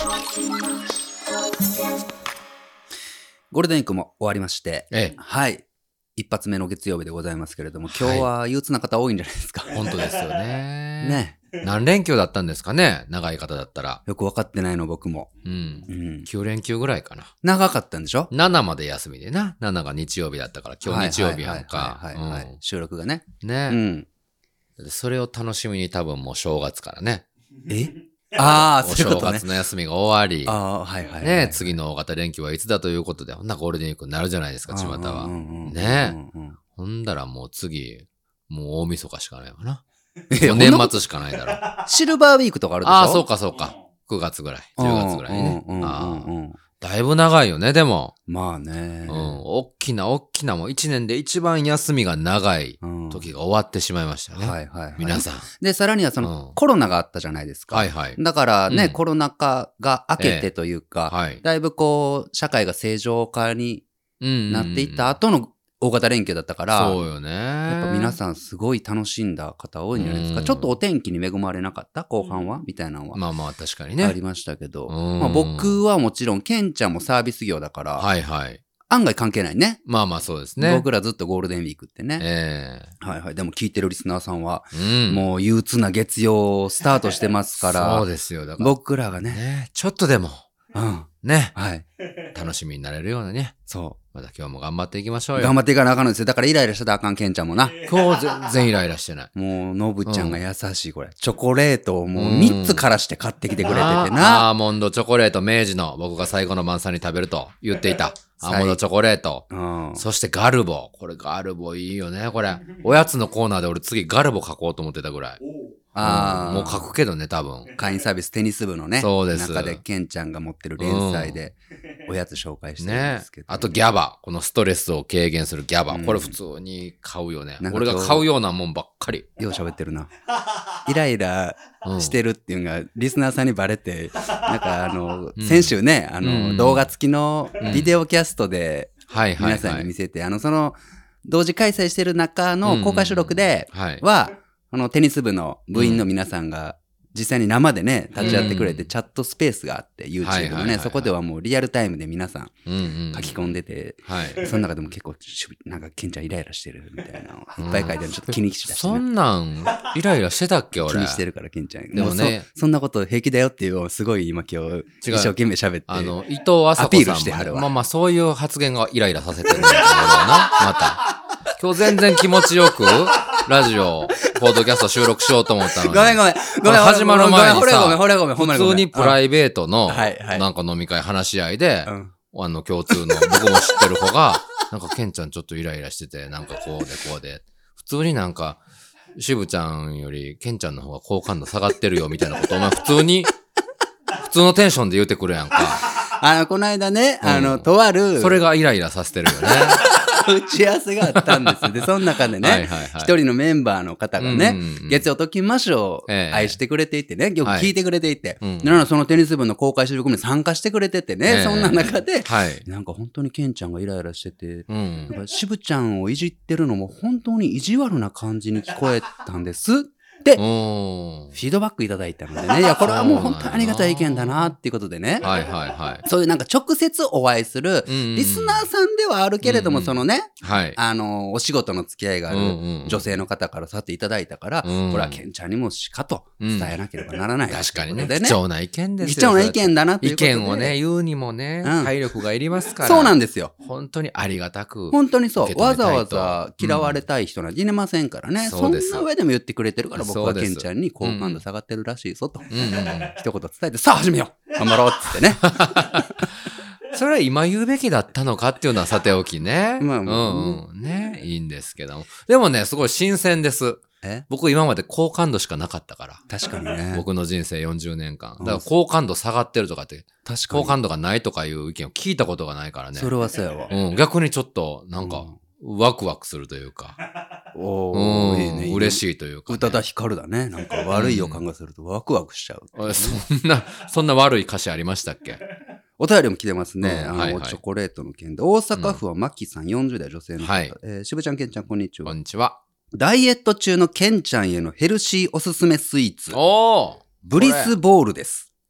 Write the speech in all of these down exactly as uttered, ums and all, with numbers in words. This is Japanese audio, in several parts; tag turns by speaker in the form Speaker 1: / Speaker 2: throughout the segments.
Speaker 1: ゴールデンウィークも終わりまして、
Speaker 2: ええ、
Speaker 1: はい。一発目の月曜日でございますけれども、今日は憂鬱な方多いんじゃないですか。
Speaker 2: 本当ですよね。
Speaker 1: ね。
Speaker 2: 何連休だったんですかね、長い方だったら。
Speaker 1: よく分かってないの、僕も。
Speaker 2: うん。
Speaker 1: うん、
Speaker 2: きゅう連休ぐらいかな。
Speaker 1: 長かったんでしょ ?
Speaker 2: なな まで休みでな。ななが日曜日だったから、今日日曜日やんか。
Speaker 1: はいはいはい、はい、収録がね。
Speaker 2: ね。
Speaker 1: うん。
Speaker 2: それを楽しみに多分もう正月からね。
Speaker 1: えああ、そういうことね。
Speaker 2: お正月の休みが終わり。
Speaker 1: ああ、はいはい、はい。
Speaker 2: ね、次の大型連休はいつだということで、ほんなゴールデンウィークになるじゃないですか、巷は。ね。ほんだらもう次、もう大晦日しかないわな。年末しかないだろ。
Speaker 1: シルバーウィークとかあるでしょ。
Speaker 2: ああ、そうかそうか。くがつぐらい。じゅうがつぐらいね。ああ。だいぶ長いよね、でも。
Speaker 1: まあね。
Speaker 2: うん。大きな大きなもう一年で一番休みが長い時が終わってしまいましたね。
Speaker 1: はいはいはい。
Speaker 2: 皆さん。
Speaker 1: で、さらにはその、コロナがあったじゃないですか。
Speaker 2: はいはい。
Speaker 1: だからね、コロナ禍が明けてというか、だいぶこう、社会が正常化になっていった後の大型連休だったから、
Speaker 2: そうよね。
Speaker 1: やっぱ皆さんすごい楽しんだ方多いんじゃないですか。ちょっとお天気に恵まれなかった後半はみたいなのは。
Speaker 2: まあまあ確かにね。
Speaker 1: ありましたけど。まあ、僕はもちろん、ケンちゃんもサービス業だから、
Speaker 2: はいはい。
Speaker 1: 案外関係ないね。
Speaker 2: まあまあそうですね。
Speaker 1: 僕らずっとゴールデンウィークってね。
Speaker 2: ええー。
Speaker 1: はいはい。でも聞いてるリスナーさんは、うん、もう憂鬱な月曜スタートしてますから。
Speaker 2: そうですよ。だから
Speaker 1: 僕らがね。
Speaker 2: ね、ちょっとでも。
Speaker 1: うん。
Speaker 2: ね。
Speaker 1: はい。
Speaker 2: 楽しみになれるようなね。
Speaker 1: そう。
Speaker 2: また今日も頑張っていきましょうよ。
Speaker 1: 頑張っていかなあかんのですよ。だからイライラしたらあかん、ケンちゃんもな。
Speaker 2: 今日全然イライラしてない。
Speaker 1: もう、ノブちゃんが優しい、これ。チョコレートをもうみっつからして買ってきてくれててな。
Speaker 2: アーモンドチョコレート明治の僕が最後の晩餐に食べると言っていた。アーモンドチョコレート。うん、そしてガルボ。これガルボいいよね、これ。おやつのコーナーで俺次ガルボ書こうと思ってたぐらい。ああ、うん、もう書くけどね、多分。
Speaker 1: 会員サービステニス部のね。
Speaker 2: そうです。
Speaker 1: 中でケンちゃんが持ってる連載で、おやつ紹介してるんですけど、
Speaker 2: ね。あとギャバ。このストレスを軽減するギャバ。うん、これ普通に買うよね。俺が買うようなもんばっかり。
Speaker 1: よう喋ってるな。イライラしてるっていうのが、リスナーさんにバレて、なんかあの、うん、先週ね、あの、うん、動画付きのビデオキャストで、皆さんに見せて、あの、その、同時開催してる中の公開収録では、あの、テニス部の部員の皆さんが、実際に生でね、立ち会ってくれて、チャットスペースがあって、YouTube のね、そこではもうリアルタイムで皆さん書き込んでて、その中でも結構、なんか、ケンちゃんイライラしてるみたいなのいっぱい書いてある。ちょっと気にしだして、
Speaker 2: そんなん、イライラしてたっけ俺。
Speaker 1: 気にしてるから、ケンちゃん。でもねそ、そんなこと平気だよっていう、すごい今今日、一生懸命喋って。
Speaker 2: あの、伊藤麻子さんも、ね、アピールしてはるわ。まあまあ、そういう発言がイライラさせてるんだけどな、また。今日全然気持ちよく、ラジオ、ポッドキャスト収録しようと思ったのに。
Speaker 1: ごめんごめん。ごめん。
Speaker 2: 始まる前にさ、
Speaker 1: ごめんごめんごめん。
Speaker 2: 普通にプライベートの、なんか飲み会話し合いで、あの共通の、僕も知ってる子が、なんかケンちゃんちょっとイライラしてて、なんかこうでこうで。普通になんか、渋ちゃんよりケンちゃんの方が好感度下がってるよみたいなことを、お前普通に、普通のテンションで言うてくるやんか。
Speaker 1: あの、この間ね、あの、とある。
Speaker 2: それがイライラさせてるよね。
Speaker 1: 打ち合わせがあったんです。で、その中でね、一人のメンバーの方がね、月曜ときましょう愛してくれていてね、よく聞いてくれていて、ならそのテニス部の公開収録に参加してくれててね、そんな中で、なんか本当にケンちゃんがイライラしてて、なんか渋ちゃんをいじってるのも本当に意地悪な感じに聞こえたんです。で、フィードバックいただいたのでね、いや、これはもう本当にありがたい意見だなっていうことでね、
Speaker 2: はいはいはい。
Speaker 1: そういうなんか直接お会いする、リスナーさんではあるけれども、そのね、はい、あの、お仕事の付き合いがある女性の方からさっていただいたから、これはケンちゃんにもしかと伝えなければならない。
Speaker 2: 確かにね。貴重な意見ですよ。
Speaker 1: 貴重な意見だなっていうことで。
Speaker 2: 意見をね、言うにもね、体力がいりますから。
Speaker 1: そうなんですよ。
Speaker 2: 本当にありがたく。
Speaker 1: 本当にそう。わざわざ嫌われたい人なんていませんからね。そんな上でも言ってくれてるから、僕はケンちゃんに好感度下がってるらしいぞと、うんうん、一言伝えて、さあ始めよう頑張ろうっつってね。
Speaker 2: それは今言うべきだったのかっていうのはさておきね。
Speaker 1: まあ、
Speaker 2: うんうん。ね。いいんですけども。でもね、すごい新鮮です。え僕今まで好感度しかなかったから。
Speaker 1: 確かにね。
Speaker 2: 僕の人生よんじゅうねんかん。だから好感度下がってるとかって、確かに好感度がないとかいう意見を聞いたことがないからね。
Speaker 1: それはそうやわ。
Speaker 2: うん。逆にちょっと、なんか、うん、ワクワクするというか。
Speaker 1: お
Speaker 2: ー、いいね。嬉しいというか、ね。
Speaker 1: 宇多田ヒカルだね。なんか悪い予感がするとワクワクしちゃう、
Speaker 2: ね。そんな、そんな悪い歌詞ありましたっけ？
Speaker 1: お便りも来てますね。
Speaker 2: うん、
Speaker 1: あの、
Speaker 2: はいはい、
Speaker 1: チョコレートの件で。大阪府はマッキーさん、よんじゅう代女性の方。
Speaker 2: はい。
Speaker 1: えー、渋ちゃん、ケンちゃん、こんにちは。
Speaker 2: こんにちは。
Speaker 1: ダイエット中のケンちゃんへのヘルシーおすすめスイーツ。
Speaker 2: おー！
Speaker 1: ブリスボールです。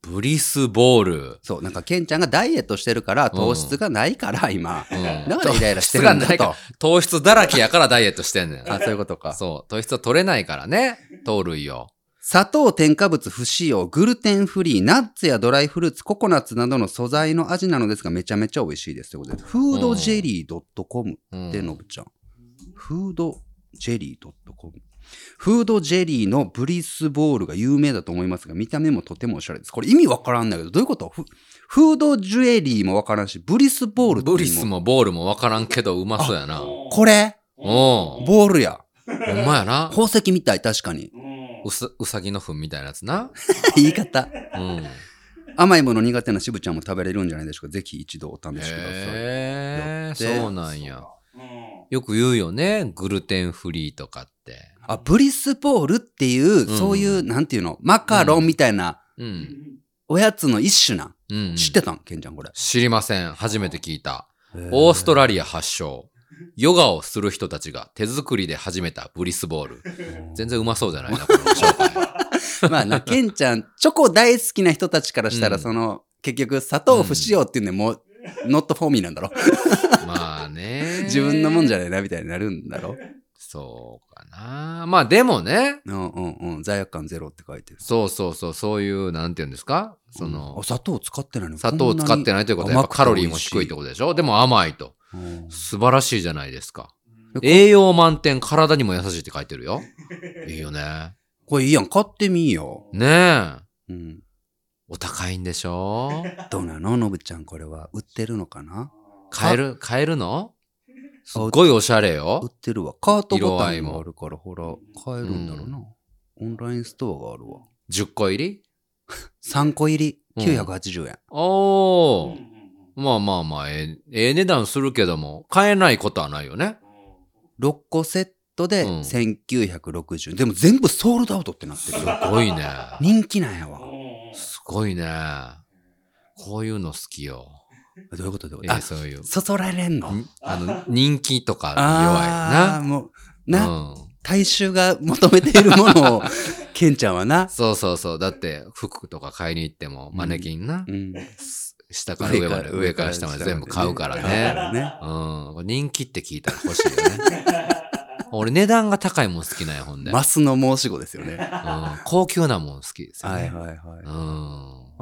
Speaker 2: ブリスボール。
Speaker 1: そう、なんかケンちゃんがダイエットしてるから糖質がないから今、うん、だからイライラしてるんだと。
Speaker 2: 糖質だらけやからダイエットしてんねん。
Speaker 1: あ、そういうことか。
Speaker 2: そう、糖質は取れないからね、糖類を。
Speaker 1: 砂糖、添加物不使用、グルテンフリー、ナッツやドライフルーツ、ココナッツなどの素材の味なのですがめちゃめちゃ美味しいですということで、フードジェリー .com でのぶちゃん。フードジェリー .com。フードジェリーのブリスボールが有名だと思いますが、見た目もとてもおしゃれです。これ意味わからんだけど、どういうこと？フ、フードジュエリーもわからんし、ブリスボールって
Speaker 2: ブリスもボールもわからんけど、うまそうやな。
Speaker 1: これ？
Speaker 2: お
Speaker 1: ボールや。
Speaker 2: ほんまやな。
Speaker 1: 宝石みたい、確かに。
Speaker 2: うさ、うさぎの糞みたいなやつな。
Speaker 1: 言い方。
Speaker 2: うん。
Speaker 1: 甘いもの苦手なしぶちゃんも食べれるんじゃないでしょうか。ぜひ一度お試しください。
Speaker 2: へー、そうなんや。よく言うよね。グルテンフリーとかって。
Speaker 1: あ、ブリスボールっていう、うん、そういう、なんていうの、マカロンみたいな、うん、おやつの一種な、うんうん。知ってたんケンちゃんこれ。
Speaker 2: 知りません。初めて聞いた。オーストラリア発祥。ヨガをする人たちが手作りで始めたブリスボール。全然うまそうじゃないな、この紹介。
Speaker 1: まあな、ケンちゃん、チョコ大好きな人たちからしたら、うん、その、結局、砂糖不使用っていうんで、もう、ノットフォーミーなんだろ。
Speaker 2: まあね。
Speaker 1: 自分のもんじゃないな、みたいになるんだろ。
Speaker 2: そうかな。まあでもね。
Speaker 1: うんうんうん。罪悪感ゼロって書いてる。
Speaker 2: そうそうそう。そういう、なんていうんですかその、
Speaker 1: うん、砂糖使ってないの？
Speaker 2: 砂糖使ってないということは、やっぱカロリーも低いってことでしょ？でも甘いと。うん、素晴らしいじゃないですか。栄養満点、体にも優しいって書いてるよ。いいよね。
Speaker 1: これいいやん。買ってみよ
Speaker 2: う。ねえ。
Speaker 1: うん。
Speaker 2: お高いんでしょ？
Speaker 1: どうなののぶちゃん、これは売ってるのかな？
Speaker 2: 買える、買えるの？すっごいおしゃれよ。
Speaker 1: 売ってるわ。カートボタンもあるから、ほら、買えるんだろうな、うん。オンラインストアがあるわ。
Speaker 2: じゅっこ入り ?
Speaker 1: さん 個入り、きゅうひゃくはちじゅうえん。うん、
Speaker 2: おー。まあまあまあ、ええ、ええ値段するけども、買えないことはないよね。
Speaker 1: ろっこセットでせんきゅうひゃくろくじゅうえん。でも全部ソールドアウトってなってる。
Speaker 2: すごいね。
Speaker 1: 人気なんやわ。
Speaker 2: すごいね。こういうの好きよ。
Speaker 1: どういうことで、
Speaker 2: えー、そういう。
Speaker 1: そそられんの？
Speaker 2: あの、人気とか弱いな。
Speaker 1: ああ、もう、な、うん、大衆が求めているものを、ケンちゃんはな。
Speaker 2: そうそうそう。だって、服とか買いに行っても、マネキンな。うんうん下から上まで、上から下まで全部買うからね。ねうん。人気って聞いたら欲しいよね。俺値段が高いもん好きなんや、ほんで。
Speaker 1: マスの申し子ですよね。
Speaker 2: うん。高級なもん好きですよね。
Speaker 1: はいはいはい。うん。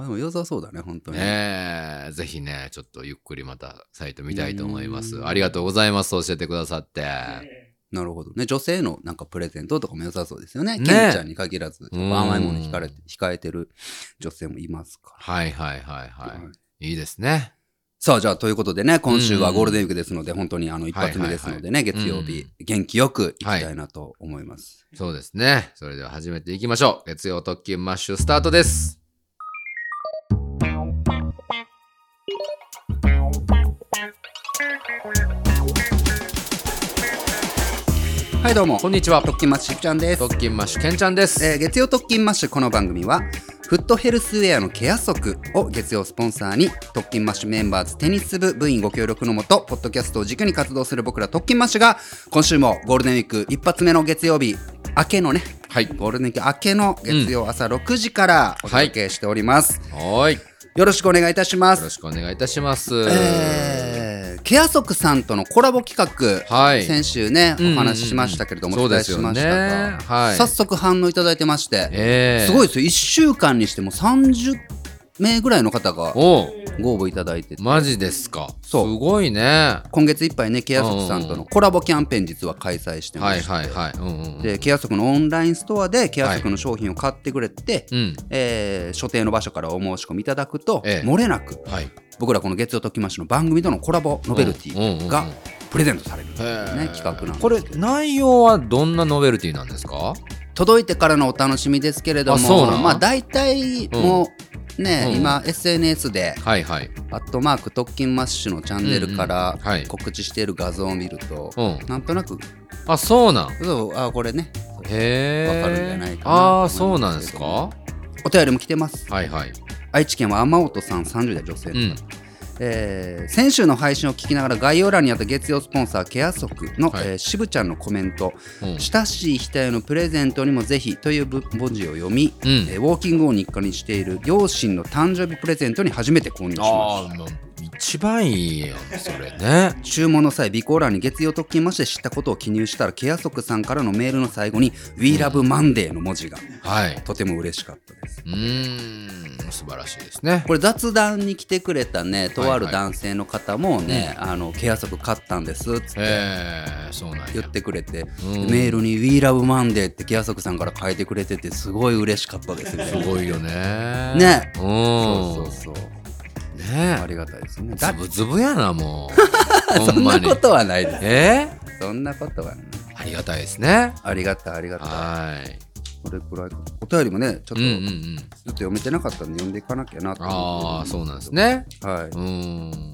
Speaker 1: でも良さそうだね、本当に。
Speaker 2: ねえ。ぜひね、ちょっとゆっくりまたサイト見たいと思います。ありがとうございます。教えてくださって。
Speaker 1: なるほどね。女性のなんかプレゼントとかも良さそうですよね。ねケンちゃんに限らず、甘いものに控えて、控えてる女性もいますから。
Speaker 2: はいはいはいはい。はい、いいですね。
Speaker 1: さあ、じゃあ、ということでね、今週はゴールデンウィークですので、本当にあの、一発目ですのでね、月曜日、元気よくいきたいなと思います、
Speaker 2: はい。そうですね。それでは始めていきましょう。月曜特勤マッシュスタートです。
Speaker 1: はいどうも
Speaker 2: こんにちは。
Speaker 1: 特勤マッシュちゃんです。
Speaker 2: 特勤マッシュけんちゃんです、
Speaker 1: えー、月曜特勤マッシュこの番組はフットヘルスウェアのケア足を月曜スポンサーに特勤マッシュメンバーズテニス部部員ご協力のもとポッドキャストを軸に活動する僕ら特勤マッシュが今週もゴールデンウィーク一発目の月曜日明けのね、はい、ゴールデンウィーク明けの月曜朝ろくじからお届けしております、
Speaker 2: うん、はい。
Speaker 1: よろしくお願いいたします。
Speaker 2: よろしくお願いいたします。
Speaker 1: えー、ケア足さんとのコラボ企画、はい、先週ねお話ししましたけれども、うんうん、お伝えしましたが、ね、はい、早速反応いただいてまして、えー、すごいですよ。いっしゅうかんにしてもさんじゅうめいぐらいの方がご応募いただいてて。
Speaker 2: マジですか。そうすごいね。
Speaker 1: 今月いっぱいねケア足さんとのコラボキャンペーン実は開催してまして、はいはいはい、うんうん、でケア足のオンラインストアでケア足の商品を買ってくれて、はい、えー、所定の場所からお申し込みいただくと、ええ、漏れなく、はい、僕らこの月曜ときましの番組とのコラボノベルティがプレゼントされる、ね、企画なんです。
Speaker 2: これ内容はどんなノベルティなんですか？
Speaker 1: 届いてからのお楽しみですけれども、まあ大体もう、うんね、うん、今 エスエヌエス で、はいはい、アットマーク特勤マッシュのチャンネルから告知している画像を見ると、うんうん、なんとなく
Speaker 2: あそうなん
Speaker 1: そうあこれね
Speaker 2: へ
Speaker 1: 分かるんじゃないかな。
Speaker 2: あそうなんですか。
Speaker 1: お便りも来てます、
Speaker 2: はいはい、
Speaker 1: 愛知県は天音さんさんじゅう代女性の方、うん、 えー、先週の配信を聞きながら概要欄にあった月曜スポンサーケアソクの、はいえー、渋ちゃんのコメント、うん、親しい人へのプレゼントにもぜひという文字を読み、うんえー、ウォーキングを日課にしている両親の誕生日プレゼントに初めて購入しました。
Speaker 2: 一番いいやんそれね。
Speaker 1: 注文の際備考欄に月曜ときまして知ったことを記入したらケアソクさんからのメールの最後に We love Monday の文字が、はい、とても嬉しかったです。
Speaker 2: うーん素晴らしいですね。
Speaker 1: これ雑談に来てくれたねとある男性の方もね、はいはい、あのケアソク買ったんですっつって言ってくれて、メールに We love Monday ってケアソクさんから書いてくれててすごい嬉しかったですね。
Speaker 2: すごいよね。
Speaker 1: ね、
Speaker 2: うん
Speaker 1: そうそうそう
Speaker 2: ね、
Speaker 1: ありがたいですね。
Speaker 2: ズブズブやなも
Speaker 1: うそんなことはないです。
Speaker 2: え
Speaker 1: ー、そんなことはない。
Speaker 2: ありがたいですね。
Speaker 1: ありがたいありがたい。
Speaker 2: はい。
Speaker 1: それくらいか。お便りもねちょっと、うんうんうん、ずっと読めてなかったんで読んでいかなきゃなと思って。
Speaker 2: ああそうなんですね。
Speaker 1: はい。
Speaker 2: うん。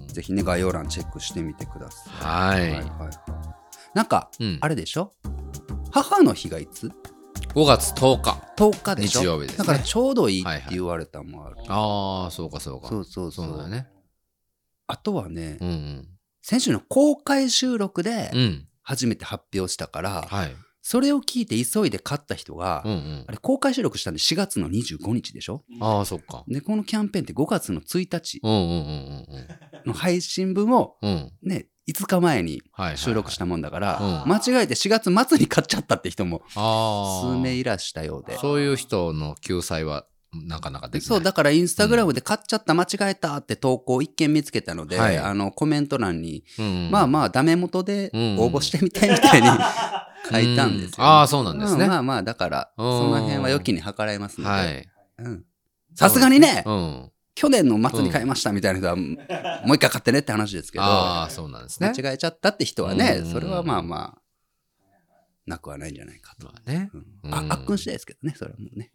Speaker 1: ぜひね概要欄チェックしてみてくださ
Speaker 2: い。はい。はいはい、
Speaker 1: なんか、うん、あれでしょ。母の日がいつ？
Speaker 2: ごがつとおか。
Speaker 1: とおかでしょ。
Speaker 2: 日曜日ですね。
Speaker 1: だからちょうどいいって言われたもんある。
Speaker 2: はいはい、ああそうかそうか。
Speaker 1: そうそうそう。
Speaker 2: そうだね。
Speaker 1: あとはね、
Speaker 2: うんうん、
Speaker 1: 先週の公開収録で初めて発表したから、
Speaker 2: うんはい、
Speaker 1: それを聞いて急いで買った人が、
Speaker 2: うんうん、
Speaker 1: あれ公開収録したんでしがつのにじゅうごにちでしょ。
Speaker 2: ああそっか。
Speaker 1: でこのキャンペーンってごがつのついたち
Speaker 2: の
Speaker 1: 配信分を、ね、いつかまえに収録したもんだから、はいはいはい、間違えてしがつ末に買っちゃったって人も数名いらしたようで、
Speaker 2: そういう人の救済はなかなかできない。
Speaker 1: そうだからインスタグラムで買っちゃった、うん、間違えたって投稿一件見つけたので、はい、あのコメント欄に、うん、まあまあダメ元で応募してみてみたいに書いたんですよ、ね、
Speaker 2: ああそうなんですね、
Speaker 1: うん、まあまあだからその辺は良きに計らいますのでさすがにね、うん、去年の末に買いましたみたいな人は、うん、もう一回買ってねって話ですけど、
Speaker 2: あそうなんですね、
Speaker 1: 間違えちゃったって人はね、それはまあまあなくはないんじゃないかと。
Speaker 2: まあね。
Speaker 1: うん、あ、あっくん次第ですけどね、それはもうね。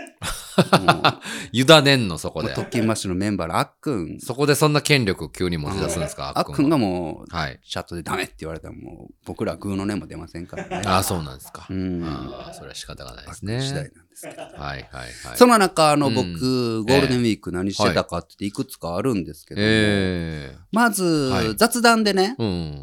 Speaker 2: 委ねんの、そこで。
Speaker 1: 特勤マッシュのメンバーのあっくん。
Speaker 2: そこでそんな権力急に持ち出すんですか、
Speaker 1: あっくんがもう、
Speaker 2: はい、
Speaker 1: チャットでダメって言われたらもう、僕らグーの音も出ませんからね。
Speaker 2: ああ、そうなんですか。
Speaker 1: うん。
Speaker 2: あそれは仕方がないですね。
Speaker 1: あっくん次第なんですけど。
Speaker 2: はいはいはい。
Speaker 1: その中、あの、僕、うん、ゴールデンウィーク何してたかっていくつかあるんですけども、
Speaker 2: えー、
Speaker 1: まず、はい、雑談でね、
Speaker 2: うん、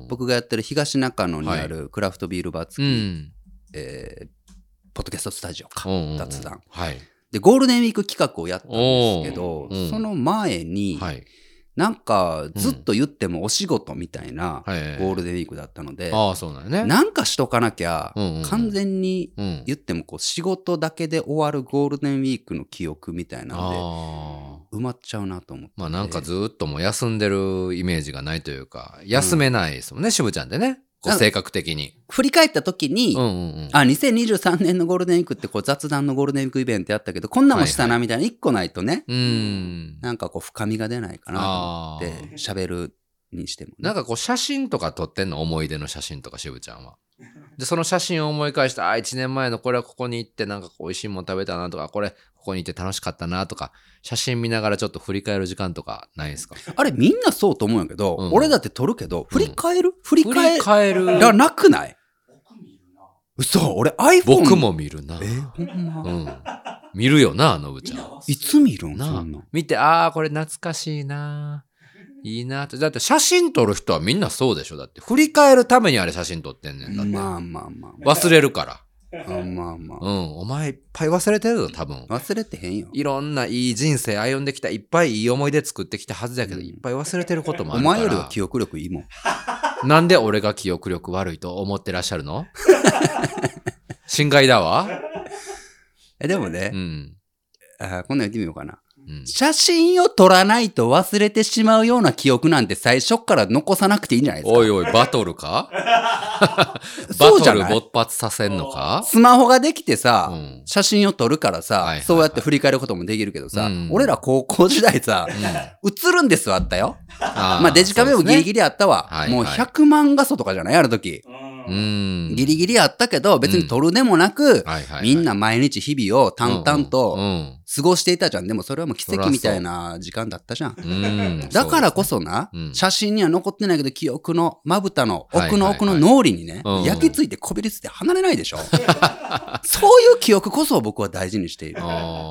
Speaker 1: 僕がやってる東中野にあるクラフトビールバー付き、
Speaker 2: うん
Speaker 1: えー、ポッドキャストスタジオか、
Speaker 2: うんうん、
Speaker 1: 雑談、
Speaker 2: はい、
Speaker 1: でゴールデンウィーク企画をやったんですけど、うん、その前に、はい、なんかずっと言ってもお仕事みたいなゴールデンウィークだったので、
Speaker 2: うん、あそうだよね、
Speaker 1: なんかしとかなきゃ、
Speaker 2: うんうん、
Speaker 1: 完全に言ってもこう仕事だけで終わるゴールデンウィークの記憶みたいなので埋まっちゃうなと思って、
Speaker 2: まあなんかずっともう休んでるイメージがないというか、休めないですもんね、うん、渋ちゃんってね、性格的に
Speaker 1: 振り返った時に、
Speaker 2: うんうんうん、
Speaker 1: あにせんにじゅうさんねんのゴールデンウィークってこう雑談のゴールデンウィークイベントやったけどこんなもしたなみたいな一個ないとね、はいはい、
Speaker 2: うん
Speaker 1: なんかこう深みが出ないかなと思って喋るにしても、ね、
Speaker 2: なんかこう写真とか撮ってんの、思い出の写真とか渋ちゃんは。でその写真を思い返して、あいちねんまえのこれはここに行ってなんか美味しいもの食べたなとか、これここに行って楽しかったなとか、写真見ながらちょっと振り返る時間とかないですか？
Speaker 1: あれみんなそうと思うんやけど、うん、俺だって撮るけど振り返る、うん、振り
Speaker 2: 返る
Speaker 1: らなくない？嘘、俺 iPhone
Speaker 2: 僕も見るな。
Speaker 1: えほんま、
Speaker 2: うん、見るよな、のぶちゃん。
Speaker 1: いつ見るん
Speaker 2: な？
Speaker 1: そんな
Speaker 2: 見て、ああこれ懐かしいないいなって。だって写真撮る人はみんなそうでしょ。だって振り返るためにあれ写真撮ってんねんだって。
Speaker 1: まあまあまあ、
Speaker 2: 忘れるから。
Speaker 1: あまあまあ。
Speaker 2: うん。お前いっぱい忘れてるよ、多分。
Speaker 1: 忘れてへんよ。
Speaker 2: いろんないい人生歩んできた、いっぱいいい思い出作ってきたはずだけど、うん、いっぱい忘れてることもあるから。
Speaker 1: お前よりは記憶力いいもん。
Speaker 2: なんで俺が記憶力悪いと思ってらっしゃるの？心外だわ。
Speaker 1: え、でもね、
Speaker 2: うん、
Speaker 1: あこんなん言ってみようかな。
Speaker 2: うん、
Speaker 1: 写真を撮らないと忘れてしまうような記憶なんて最初から残さなくていいんじゃないですか。
Speaker 2: おいおい、バトルか？バトル勃発させんのか？
Speaker 1: スマホができてさ、うん、写真を撮るからさ、はいはいはい、そうやって振り返ることもできるけどさ、うん、俺ら高校時代さ、うん、映るんですあったよ。あまあデジカメもギリギリあったわ。ね、もうひゃくまん画素とかじゃないある時。
Speaker 2: うん
Speaker 1: ギリギリあったけど別に撮るでもなく、うんはいはいはい、みんな毎日日々を淡々と過ごしていたじゃん。でもそれはもう奇跡みたいな時間だったじゃん。
Speaker 2: うん
Speaker 1: だからこそな、
Speaker 2: うん、
Speaker 1: 写真には残ってないけど記憶のまぶたの奥の奥の脳裏にね、はいはいはい、焼き付いてこびりついて離れないでしょ。そういう記憶こそ僕は大事にしている。
Speaker 2: あ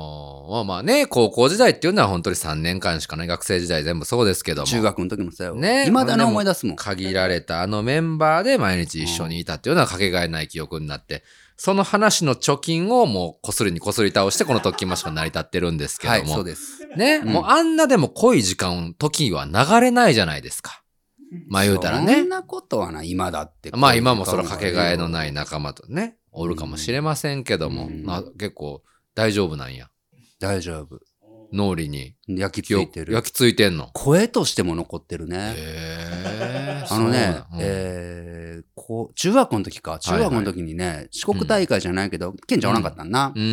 Speaker 2: まあまあね、高校時代っていうのは本当にさんねんかんしかない、学生時代全部そうですけども。
Speaker 1: 中学の時もそうよ。
Speaker 2: ね。
Speaker 1: 未だに思い出すもん。
Speaker 2: 限られたあのメンバーで毎日一緒にいたっていうのはかけがえない記憶になって、その話の貯金をもうこすりにこすり倒してこの特勤マッシュが成り立ってるんですけども。はい、
Speaker 1: そうです。
Speaker 2: ね、うん、もうあんなでも濃い時間、時は流れないじゃないですか。まあ言うたらね。
Speaker 1: そんなことはな、今だって。
Speaker 2: まあ今もそのかけがえのない仲間とね、おるかもしれませんけども、うん、まあ、結構大丈夫なんや。
Speaker 1: 大丈夫。
Speaker 2: 脳裏に
Speaker 1: 焼き付いてる。
Speaker 2: 焼き付いてんの。
Speaker 1: 声としても残ってるね。
Speaker 2: へー。
Speaker 1: あのね、うん、えー、こう、中学校の時か。中学校の時にね、はいはい、四国大会じゃないけど、うん、県じゃおらんかったんな。うん。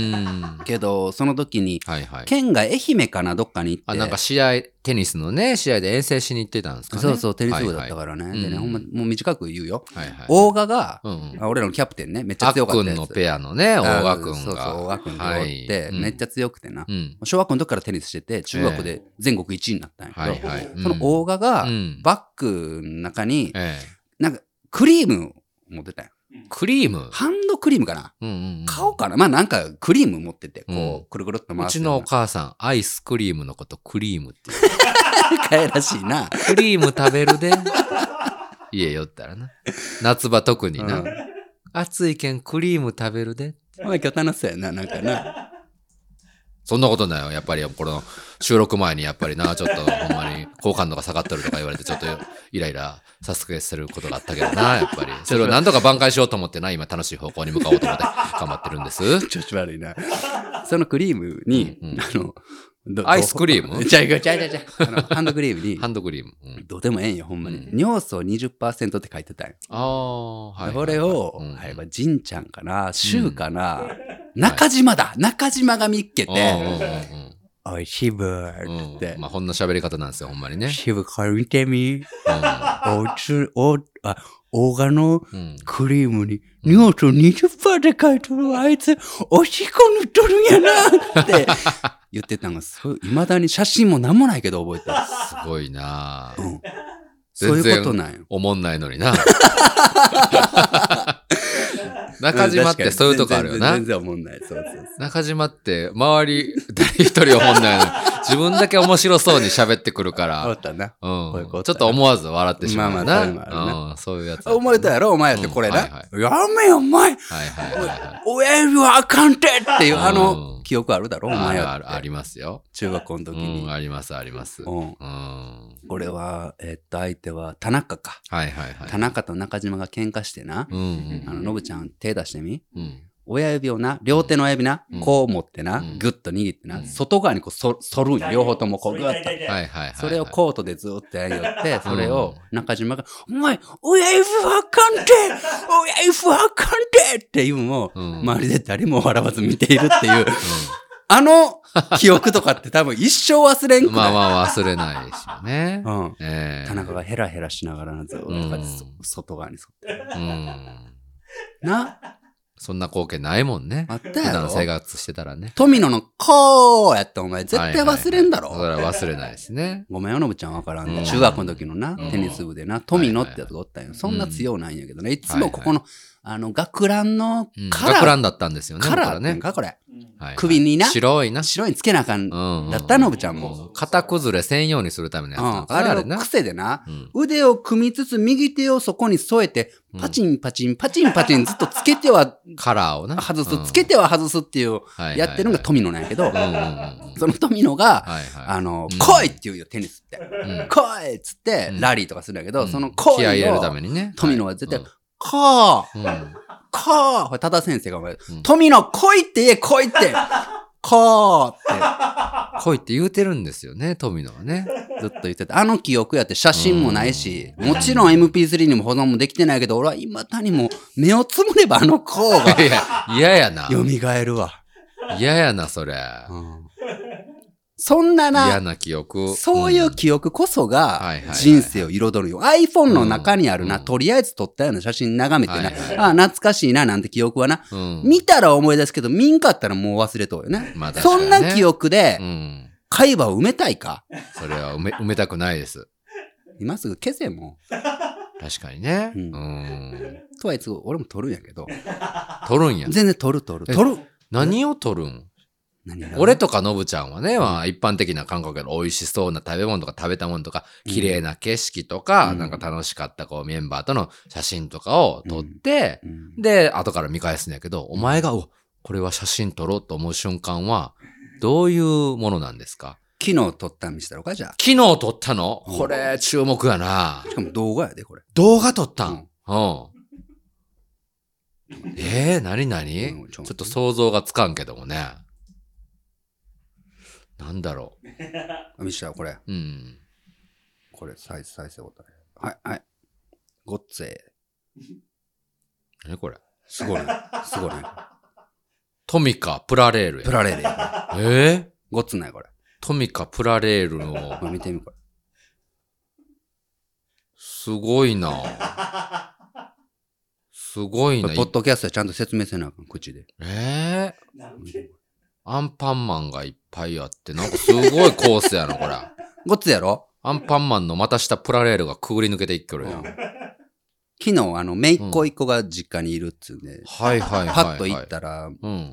Speaker 1: けど、その時に、はいはい、県が愛媛かな、どっかに行って。
Speaker 2: あ、なんか試合、テニスのね、試合で遠征しに行ってたんですかね。
Speaker 1: そうそう、テニス部だったからね。はいはい、でね、ほんま、もう短く言うよ。
Speaker 2: はいはい、
Speaker 1: 大賀が、うんうん、俺らのキャプテンね、めっちゃ強かったやつ。
Speaker 2: あっくんのペアのね、大賀くんが。
Speaker 1: そうそう、大賀くんがおって、はい、めっちゃ強くてな、
Speaker 2: うん。
Speaker 1: 小学校の時からテニスしてて、中学で全国いちいになったんやけど、
Speaker 2: はいはいうん、
Speaker 1: その大賀が、バッグの中に、なんか、クリーム持ってたんや。
Speaker 2: クリーム
Speaker 1: ハンドクリームかな、
Speaker 2: うんうんうん、
Speaker 1: 顔かなまあなんかクリーム持ってて、こう、うん、くるくるっと回して。
Speaker 2: うちのお母さん、アイスクリームのことクリームって言う。
Speaker 1: かわいらしいな。
Speaker 2: クリーム食べるで。家寄ったらな。夏場特にな。うん、暑いけんクリーム食べるで。
Speaker 1: お前今日楽しそうやな、なんかな。
Speaker 2: そんなことないよ。やっぱり、この収録前にやっぱりな、ちょっとほんまに好感度が下がってるとか言われて、ちょっとイライラさせすることがあったけどな、やっぱり。それを何とか挽回しようと思ってな、今楽しい方向に向かおうと思って頑張ってるんです。
Speaker 1: 調子悪いな。そのクリームに、うんうん、あの、
Speaker 2: アイスクリーム
Speaker 1: ちゃいちゃいちゃいちゃい。あの、ハンドクリームに。
Speaker 2: ハンドクリーム。
Speaker 1: うん、どうでもええんよ、ほんまに。うん、尿素 にじゅっパーセント って書いてたんよ。
Speaker 2: ああ、はい、はい。
Speaker 1: これを、うん、はい、ジンちゃんかな、シュウかな、うん、中島だ、はい、中島が見っけて、おい、シブーって、
Speaker 2: うん。まあ、こんな喋り方なんですよ、ほんまにね。
Speaker 1: シブ、これ見てみ。うん、おつ、お、あ、大賀のクリームに、尿素 にじゅっパーセント で書いとるあいつ、おしっこ塗っとるんやなって言ってたのが、そう、未だに写真もなんもないけど覚えてる。
Speaker 2: すごいなぁ。
Speaker 1: うん。そういうことなんよ。
Speaker 2: おもんないのにな。中島ってそういうとこあるよな。
Speaker 1: 全然思んない。そうそうそう。
Speaker 2: 中島って周り誰一人思んないのに、自分だけ面白そうに喋ってくるから。
Speaker 1: そうだな。
Speaker 2: うん。ちょっと思わず笑ってしまうな。
Speaker 1: まあまあ、そういうのあるな。
Speaker 2: うん、そういうやつ。
Speaker 1: 思えたやろお前ってこれな。やめよお前。はい
Speaker 2: はいはい。
Speaker 1: 親指はあかんてっていうあの記憶あるだろお前は。
Speaker 2: ありますよ。
Speaker 1: 中学校の時に。
Speaker 2: うん、ありますあります。うん。
Speaker 1: これは、えっと、相手は田中か。
Speaker 2: はいはいはい。
Speaker 1: 田中と中島が喧嘩してな。
Speaker 2: うん。
Speaker 1: あの、のぶちゃん手出してみ。
Speaker 2: うん。
Speaker 1: 親指をな、両手の親指な、こう持ってな、ぐっと握ってな、外側にこうそ、反るんよ。両方ともこうぐっと。はい
Speaker 2: はいはい。
Speaker 1: それをコートでずっとやりよって、それを中島が、お前、親指はあかんて親指はあかんてっていうのを、周りで誰も笑わず見ているっていう、あの記憶とかって多分一生忘れんくらい。
Speaker 2: まあまあ忘れないですよね。
Speaker 1: うん。えー、田中がヘラヘラしながらずっと外側に沿って。うん。な
Speaker 2: そんな光景ないもんね。
Speaker 1: あったやろ。
Speaker 2: 普段生活してたらね。
Speaker 1: 富野のこうやったお前絶対忘れんだろ。
Speaker 2: はいはいはい、それは忘れないですね。
Speaker 1: ごめんよのぶちゃんわからんね、うん。中学の時のな、テニス部でな、富野ってやつがおったんよ。はいはいはい、そんな強ないんやけどね。いつもここの、はいはい、あの、学ランのカラー。
Speaker 2: 学ランだったんですよね。
Speaker 1: カラーね。かこれ。
Speaker 2: はいはい、
Speaker 1: 首にな。
Speaker 2: 白いな。
Speaker 1: 白いにつけなあかん。だったのぶちゃんも。
Speaker 2: 型崩れ専用にするためのやつなん
Speaker 1: か、うん、あれの癖でな、うん、腕を組みつつ右手をそこに添えて、パチンパチンパチンパチンずっとつけては、
Speaker 2: カラーをな。
Speaker 1: 外す、つけては外すっていう、やってるのが富野なんやけど、その富野が、あの、来いって言うよ、テニスって。来いっつって、ラリーとかするんだけど、その来いを、
Speaker 2: 気合い入れるためにね。
Speaker 1: 富野は絶対、かー、かー、これ、多田先生がお前、富野来いって言え、来いって、かーって。
Speaker 2: 来いって言うてるんですよね、富野はね。
Speaker 1: ずっと言ってた。あの記憶やって写真もないし、もちろん エムピースリー にも保存もできてないけど、俺は今だにも目をつむればあの子が。
Speaker 2: いや、嫌やな。
Speaker 1: 蘇るわ。
Speaker 2: 嫌やな、それ。
Speaker 1: うんそんなな、
Speaker 2: 嫌な記憶。
Speaker 1: そういう記憶こそが人生を彩るよ。iPhone の中にあるな、うん、とりあえず撮ったような写真眺めてな、はいはい、ああ、懐かしいななんて記憶はな、うん、見たら思い出すけど、見んかったらもう忘れとうよね。まあ、そんな記憶で、会話を埋めたいか、
Speaker 2: うん、それは埋め、埋めたくないです。
Speaker 1: 今すぐ消せも。
Speaker 2: 確かにね。うん。
Speaker 1: うんとはいつ俺も撮るんやけど。
Speaker 2: 撮るんや。
Speaker 1: 全然撮る撮る。撮る。
Speaker 2: 何を撮るん俺とかのぶちゃんはね、まあ一般的な感覚で美味しそうな食べ物とか食べたものとか、綺麗な景色とか、うん、なんか楽しかったこうメンバーとの写真とかを撮って、うんうん、で、後から見返すんやけど、お前が、お、これは写真撮ろうと思う瞬間は、どういうものなんですか？
Speaker 1: 昨日撮ったん見せたのかじゃあ。
Speaker 2: 昨日撮ったの？これ、注目やな。
Speaker 1: しかも動画やで、これ。
Speaker 2: 動画撮ったん？うん。うん、えー、なになに？ちょっと想像がつかんけどもね。なんだろ
Speaker 1: う。見せたよ、これ。うん。これ、再生、再生ボタン。はい、はい。ごっつえ。
Speaker 2: 何これ？
Speaker 1: すごいね。すごいね。
Speaker 2: トミカプラレールや。
Speaker 1: プラレールや。
Speaker 2: えー、
Speaker 1: ごっつないこれ。
Speaker 2: トミカプラレールの。
Speaker 1: 見てみこれ。
Speaker 2: すごいな。すごいな。
Speaker 1: ポッドキャストでちゃんと説明せなあかん、口で。
Speaker 2: えー、アンパンマンがいっぱいあって、なんかすごいコースやな、これ。
Speaker 1: ごっつやろ？
Speaker 2: アンパンマンのまた下プラレールがくぐり抜けていっきょるやん。うん、
Speaker 1: 昨日、あの、めいっ子一個が実家にいるっつうんで、うん、
Speaker 2: はいはいはい、はい。
Speaker 1: パッと行ったら、うん、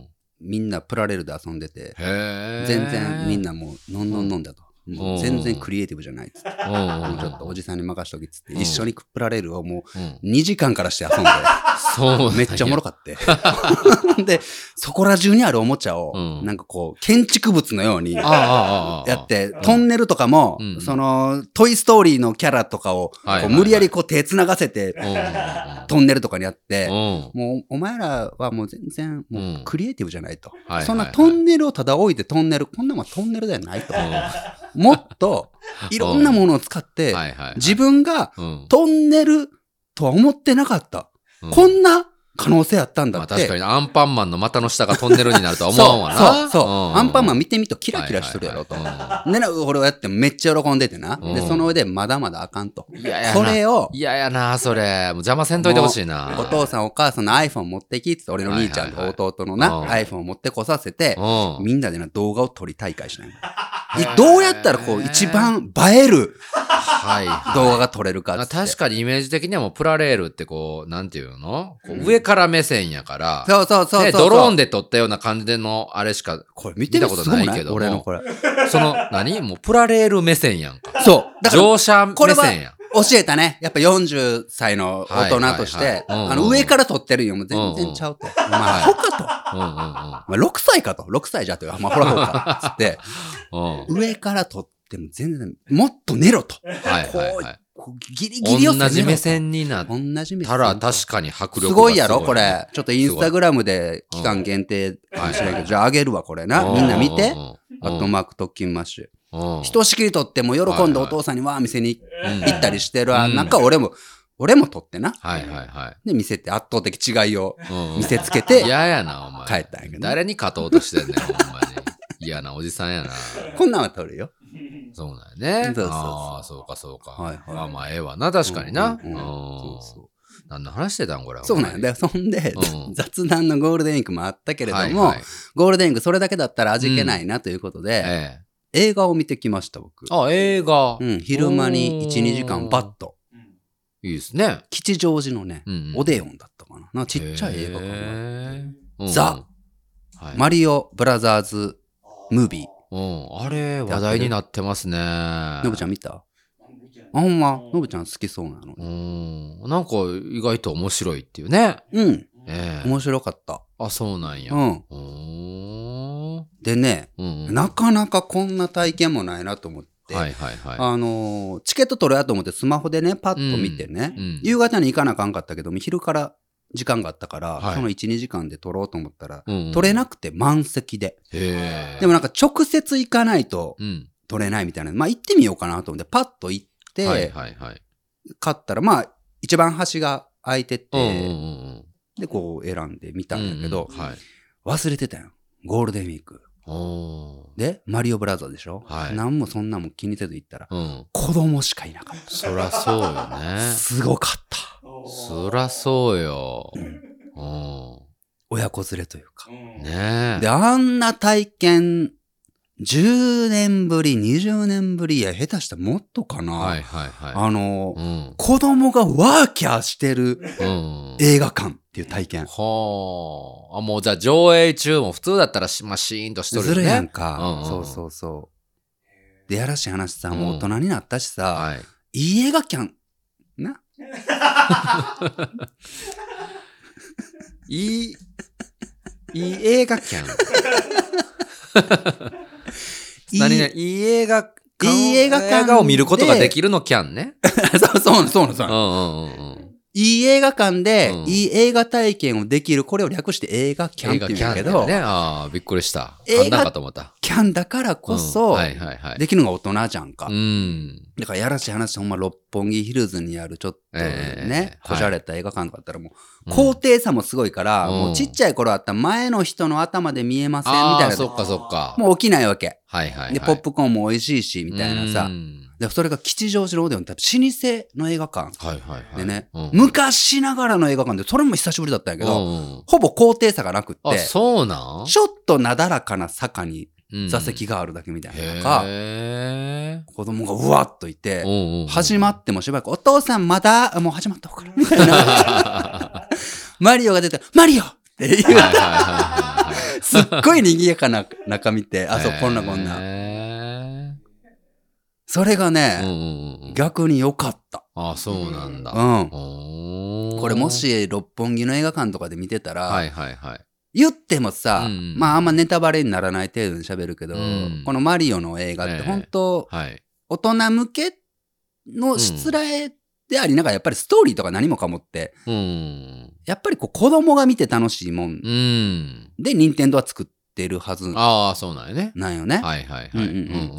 Speaker 1: みんなプラレールで遊んでて、
Speaker 2: へ
Speaker 1: 全然みんなもう、のんのんのんだと。もう全然クリエイティブじゃないっつって。もうちょっとおじさんに任しときっつって、一緒にプラレールをもうにじかんからして遊んで、
Speaker 2: そう
Speaker 1: めっちゃおもろかって。で、そこら中にあるおもちゃを、なんかこう、建築物のようにやって、トンネルとかも、その、トイストーリーのキャラとかを、無理やりこう手繋がせて、トンネルとかにやって、もうお前らはもう全然、もうクリエイティブじゃないと。そんなトンネルをただ置いてトンネル、こんなもんトンネルではないと。もっと、いろんなものを使って、自分がトンネルとは思ってなかった。こんな可能性あったんだって。
Speaker 2: まあ確かにアンパンマンの股の下がトンネルになるとは思わんわな。
Speaker 1: そうそうそう、うん、アンパンマン見てみとキラキラしとるやろと。でな、俺をやってめっちゃ喜んでてな。うん、で、その上でまだまだあかんと。いややこれを。
Speaker 2: いややな、それ。もう邪魔せんといてほしいな。
Speaker 1: お父さんお母さんの iPhone 持ってきって、俺の兄ちゃんと弟のな、はいはいはい、iPhone を持ってこさせて、みんなでな動画を撮り大会しない。どうやったらこう一番映える動画が撮れるかって、
Speaker 2: はいはい、確かにイメージ的にはもうプラレールってこう、なんていうのこう上から目線やから、
Speaker 1: そうそうそうそう。
Speaker 2: ドローンで撮ったような感じでのあれしか
Speaker 1: これ見たことないけども。
Speaker 2: 俺のこれ。その、何もうプラレール目線やんか。
Speaker 1: そう。
Speaker 2: だから乗車目線やん。
Speaker 1: 教えたね。やっぱよんじゅっさいの大人として、あの上から撮ってるよ。もう全然ちゃうと。お前、ほかと。うんうんうん。まあ、ろくさいかと。ろくさいじゃと。まあ、ほらほら。つって、上から撮っても全然、もっと寝ろと。
Speaker 2: はいはいはい。
Speaker 1: こうギリギリを
Speaker 2: 同じ目線になったら確かに迫力がすごい
Speaker 1: やろこれ。ちょっとインスタグラムで期間限定かもしれんけど、じゃああげるわ、これな。みんな見て。アットマーク特勤マッシュ。ひとしきり撮っても喜んでお父さんにわー店に行ったりしてるわ。なんか俺も、俺も撮ってな。
Speaker 2: はいはいはい。
Speaker 1: で、見せて圧倒的違いを見せつけて。
Speaker 2: 嫌やな、お前。
Speaker 1: 帰ったんやけど。
Speaker 2: 誰に勝とうとしてんねん、ほんまに。嫌なおじさんやな。
Speaker 1: こんなんは撮るよ。
Speaker 2: そうなんやね。そうそうそう。ああ、そうかそうか。はいはい。まあまあ、ええわな、確かにな。うん。そうそう。何の話してたんこれ。
Speaker 1: そうなんだよ。そんで、雑談のゴールデンウィークもあったけれども、ゴールデンウィークそれだけだったら味気ないなということで、映画を見てきました、僕。
Speaker 2: あ、映画。
Speaker 1: うん、昼間にいち、にじかんバッと。
Speaker 2: いいですね。
Speaker 1: 吉祥寺のね、オデオンだったかな。なんかちっちゃい映画館が。ザ・マリオブラザーズ・ムービー。
Speaker 2: うん、あれ、話題になってますね。
Speaker 1: のぶちゃん見た？あ、ほんま、のぶちゃん好きそうなの。
Speaker 2: うん。なんか、意外と面白いっていうね。
Speaker 1: うん。ええ。面白かった。
Speaker 2: あ、そうなんや。
Speaker 1: うん。でね、うんうん、なかなかこんな体験もないなと思って。
Speaker 2: はいはいはい。
Speaker 1: あのー、チケット取るやと思ってスマホでね、パッと見てね、うんうん、夕方に行かなあかんかったけども、昼から時間があったから、はい、そのいち、にじかんで撮ろうと思ったら、うんうん、撮れなくて満席で。
Speaker 2: へ
Speaker 1: でもなんか直接行かないと撮れないみたいな。まあ行ってみようかなと思って、パッと行って、
Speaker 2: はいはいはい、
Speaker 1: 買ったら、まあ一番端が空いてて、うんうんうん、でこう選んでみたんだけど、うんうんはい、忘れてたよ。ゴールデンウィーク。で、マリオブラザーでしょ、はい、何もそんなも気にせず行ったら、うん、子供しかいなかった。
Speaker 2: そらそうよね。
Speaker 1: すごかった。
Speaker 2: そらそうよ。うん
Speaker 1: うん、親子連れというか。
Speaker 2: ねえ。
Speaker 1: で、あんな体験じゅうねんぶり、にじゅうねんぶり、いや、下手したらもっとかな。
Speaker 2: はいはいはい。
Speaker 1: あの、うん、子供がワーキャーしてる映画館っていう体験。
Speaker 2: はあ。あ、もうじゃあ上映中も普通だったらし、まあ、シーンとしとるよね。
Speaker 1: ずるやんか、うんうん。そうそうそう。で、やらしい話さ、もう大人になったしさ、うんはい、いい映画館、な。
Speaker 2: いい、いい映画館。何々、いい映画館。
Speaker 1: いい映画館
Speaker 2: 映画を見ることができるのキャンね。
Speaker 1: そうそうそうそう。
Speaker 2: うんうんうん。
Speaker 1: いい映画館で、うん、いい映画体験をできる、これを略して映画キャンって言うんだけど。
Speaker 2: ね、ああ、びっくりした。映画キ
Speaker 1: ャンだからこそ、できるのが大人じゃんか。うん、だからやらしい話、ほんま六本木ヒルズにあるちょっとね、こじゃれた映画館とかだったらもう、高低差もすごいから、うん、もうちっちゃい頃あった前の人の頭で見えませんみたいな。
Speaker 2: そっかそっか。
Speaker 1: もう起きないわけ。
Speaker 2: はいはいはい。
Speaker 1: で、ポップコーンも美味しいし、みたいなさ。で、それが吉祥寺ローデオンって老舗の映画館。
Speaker 2: はいはいはい。
Speaker 1: でね、うん、昔ながらの映画館で、それも久しぶりだったんやけど、うん、ほぼ高低差がなくって、
Speaker 2: あ、そうなん？
Speaker 1: ちょっとなだらかな坂に座席があるだけみたいなのが、うん、子供がうわっといて、うんうんうん、始まってもしばらく、お父さんまだ、もう始まった方から、みたいな。マリオが出て、マリオっていう、すっごい賑やかな中見て、あ、そう、こんなこんな。それがね、うんうんうん、逆に良かった。
Speaker 2: ああ、そうなんだ。
Speaker 1: うん。これもし六本木の映画館とかで見てたら、
Speaker 2: はいはいはい。
Speaker 1: 言ってもさ、うん、まああんまネタバレにならない程度に喋るけど、うん、このマリオの映画って本当、えーはい、大人向けのしつらえでありながらやっぱりストーリーとか何もかもって、うん、やっぱりこう子供が見て楽しいもん、うん、で任天堂は作ってるはず。
Speaker 2: ああ、そうなんよね。
Speaker 1: なんよね。
Speaker 2: はいはいはい。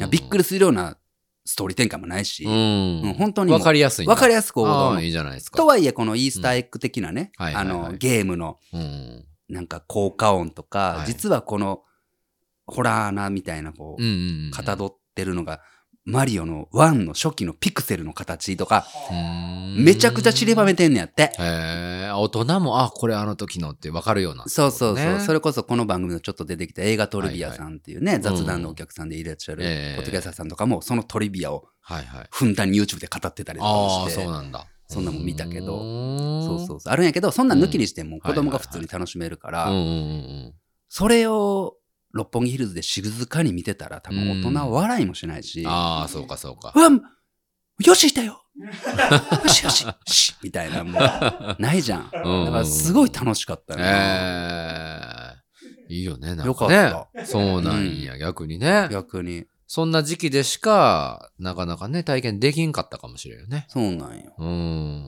Speaker 1: びっくりするようなストーリー展開もないし、うん
Speaker 2: うん、
Speaker 1: 本当に
Speaker 2: わかりやすい。
Speaker 1: わかりやすく王道。
Speaker 2: いいじゃないですか。
Speaker 1: とはいえこのイースターエッグ的なね、うん、あの、はいはいはい、ゲームの、うん、なんか効果音とか、はい、実はこのホラーなみたいなこう、うんうんうん、かたどってるのがマリオのワンの初期のピクセルの形とか、めちゃくちゃ散りばめてんねやって。
Speaker 2: へー、大人も、あ、これあの時のって分かるような、ね。
Speaker 1: そうそうそう。それこそこの番組のちょっと出てきた映画トリビアさんっていうね、はいはい、雑談のお客さんでいらっしゃる、ポッドキャスターさんとかも、そのトリビアを、ふんだんに YouTube で語ってたりとかして。
Speaker 2: ああ、そうなんだ。
Speaker 1: そんなもん見たけど、そうそうそう。あるんやけど、そんなん抜きにしても子供が普通に楽しめるから、それを、六本木ヒルズで静かに見てたら多分大人は笑いもしないし。
Speaker 2: ああ、そうかそうか。
Speaker 1: うわ、よしいたよよしよししみたいな、もう、ないじゃん。だからすごい楽しかったね。
Speaker 2: えー、いいよね、なんかね。
Speaker 1: よかった。
Speaker 2: そうなんや、うん、逆にね。
Speaker 1: 逆に。
Speaker 2: そんな時期でしか、なかなかね、体験できんかったかもしれんよね。
Speaker 1: そうなんよ。うん。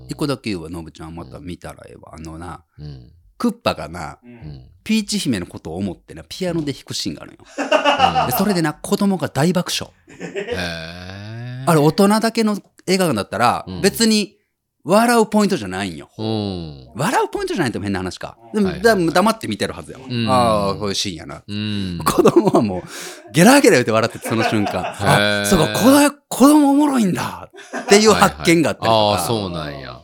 Speaker 1: 一個だけ言うわ、のぶちゃんまた見たらええわ。あのな、うん、クッパがな、うん、ピーチ姫のことを思ってな、ピアノで弾くシーンがあるんよ。うん、でそれでな、子供が大爆笑。へー。あれ、大人だけの映画館だったら、うん、別に笑うポイントじゃないんよ。うん、笑うポイントじゃないと変な話か。でも、はいはいはい、黙って見てるはずやわ。うん、ああ、こういうシーンやな。うん、子供はもう、ゲラゲラ言って笑ってて、その瞬間。あ、そうか、子供、子供おもろいんだっていう発見があったりとか。はいはい、
Speaker 2: ああ、そうなんや。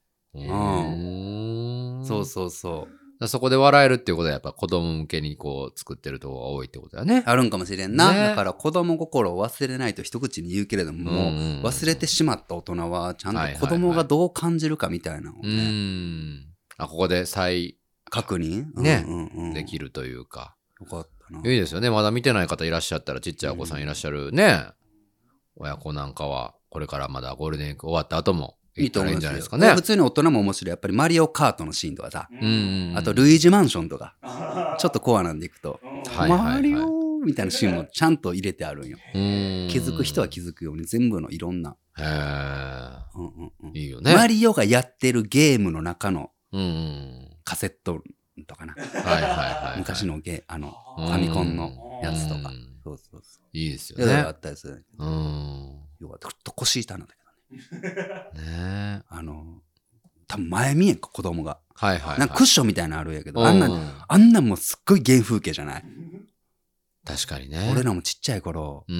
Speaker 1: うん。そうそうそう。
Speaker 2: そこで笑えるっていうことはやっぱ子供向けにこう作ってるとこが多いってことだね。
Speaker 1: あるんかもしれんな。ね、だから子供心を忘れないと一口に言うけれども、もう忘れてしまった大人はちゃんと子供がどう感じるかみたいなのをね。はいはいはい、うん。
Speaker 2: あ、ここで再
Speaker 1: 確認
Speaker 2: ね、うんうんうん、できるというか。
Speaker 1: よかったな。
Speaker 2: いいですよね。まだ見てない方いらっしゃったら、ちっちゃいお子さんいらっしゃるね。うん、親子なんかは、これからまだゴールデンウィーク終わった後も、いいと思うんじゃないですかね。
Speaker 1: 普通に大人も面白い。やっぱりマリオカートのシーンとかさ。うん。あと、ルイージマンションとか。ちょっとコアなんでいくと。はいはいはい、マリオみたいなシーンもちゃんと入れてあるんよ。うん。気づく人は気づくように全部のいろんな。へ
Speaker 2: ー。うんうんうん。いいよね。
Speaker 1: マリオがやってるゲームの中のカセットとかな。はいはいはい。昔のゲあの、ファミコンのやつとか。そうそうそう。
Speaker 2: いいですよね。
Speaker 1: あったりする。うん。よかった。ちょっと腰痛なんだけど。ね、あの多分前見えんか子供が、はいはいはい、なんかクッションみたいなのあるんやけど、あんなあんなんもうすっごい原風景じゃない。
Speaker 2: 確かにね。
Speaker 1: 俺らもちっちゃい頃、うん、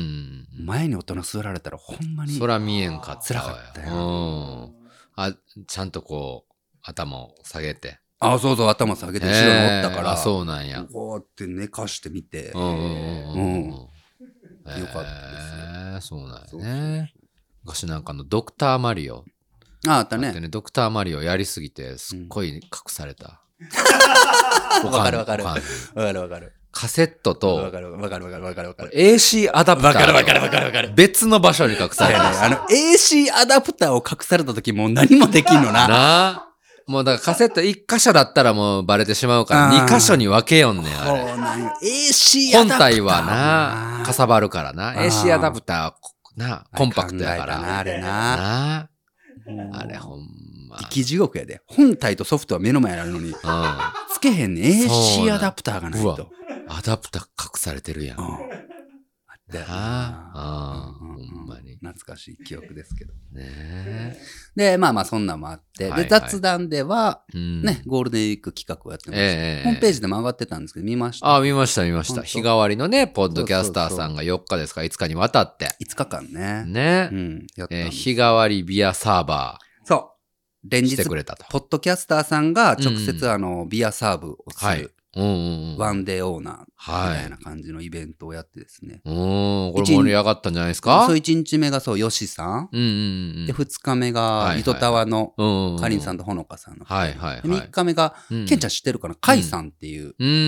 Speaker 1: 前に大人座られたらほんまに
Speaker 2: そら見えんかった
Speaker 1: 辛かったよ、
Speaker 2: うん、あちゃんとこう頭を下げて、
Speaker 1: あそうそう頭下げて後ろにおったから、
Speaker 2: あそうなんや、
Speaker 1: こうやって寝かしてみて、うんうんうん、うん、 かったですよ。
Speaker 2: えー、そうなんやね。そうそうそう昔なんかのドクターマリオ。
Speaker 1: ああったね。
Speaker 2: ねドクターマリオやりすぎてすっごい隠された。
Speaker 1: わ、うん、かるわかる。わかるわかる。
Speaker 2: カセットと、
Speaker 1: わかるわかるわかるわかるわかる。
Speaker 2: エーシー アダプター。
Speaker 1: わかるわかるわかるわかる。
Speaker 2: 別の場所に隠される。
Speaker 1: あの、エーシー アダプターを隠された時もう何もできんのな。
Speaker 2: なあ。もうだからカセットいっ箇所だったらもうバレてしまうからに箇所に分けよんねん、あれ。
Speaker 1: そうなんよ。エーシー アダプター。
Speaker 2: 本体はな、かさばるからな。エーシー アダプター、な、コンパクトやから。
Speaker 1: なあれな。
Speaker 2: なあれほんま。
Speaker 1: 生き地獄やで。本体とソフトは目の前にあるのに。うん。つけへんねん。エーシー アダプターがないと。
Speaker 2: アダプター隠されてるやん。うん、あ
Speaker 1: ったよな。
Speaker 2: ああ、ほんまに。
Speaker 1: 懐かしい記憶ですけど。
Speaker 2: ね
Speaker 1: で、まあまあそんなんもあって。はいはい、で、雑談では、うん、ね、ゴールデンウィーク企画をやってました、えー。ホームページでも上がってたんですけど、見ました？
Speaker 2: ああ、見ました見ました。日替わりのね、ポッドキャスターさんがよっかですか、いつかにわたって。
Speaker 1: いつかかんね。
Speaker 2: ね。
Speaker 1: うん。
Speaker 2: やったえー、日替わりビアサーバ
Speaker 1: ー。そう。連日、
Speaker 2: してくれたと。
Speaker 1: ポッドキャスターさんが直接、うん、あの、ビアサーブをする。
Speaker 2: はいうんうんうん、
Speaker 1: ワンデーオーナーみたいな感じのイベントをやってですね。
Speaker 2: はい、うん、これ盛り上がったんじゃないですか？
Speaker 1: そう、いちにちめがそう、ヨシさん。
Speaker 2: うんうんうん、
Speaker 1: で、ふつかめが、糸タワのかりんさんとほのかさんの。
Speaker 2: はいはいはい。
Speaker 1: みっかめが、うん、ケンちゃん知ってるかな？カイさんっていう、
Speaker 2: うん、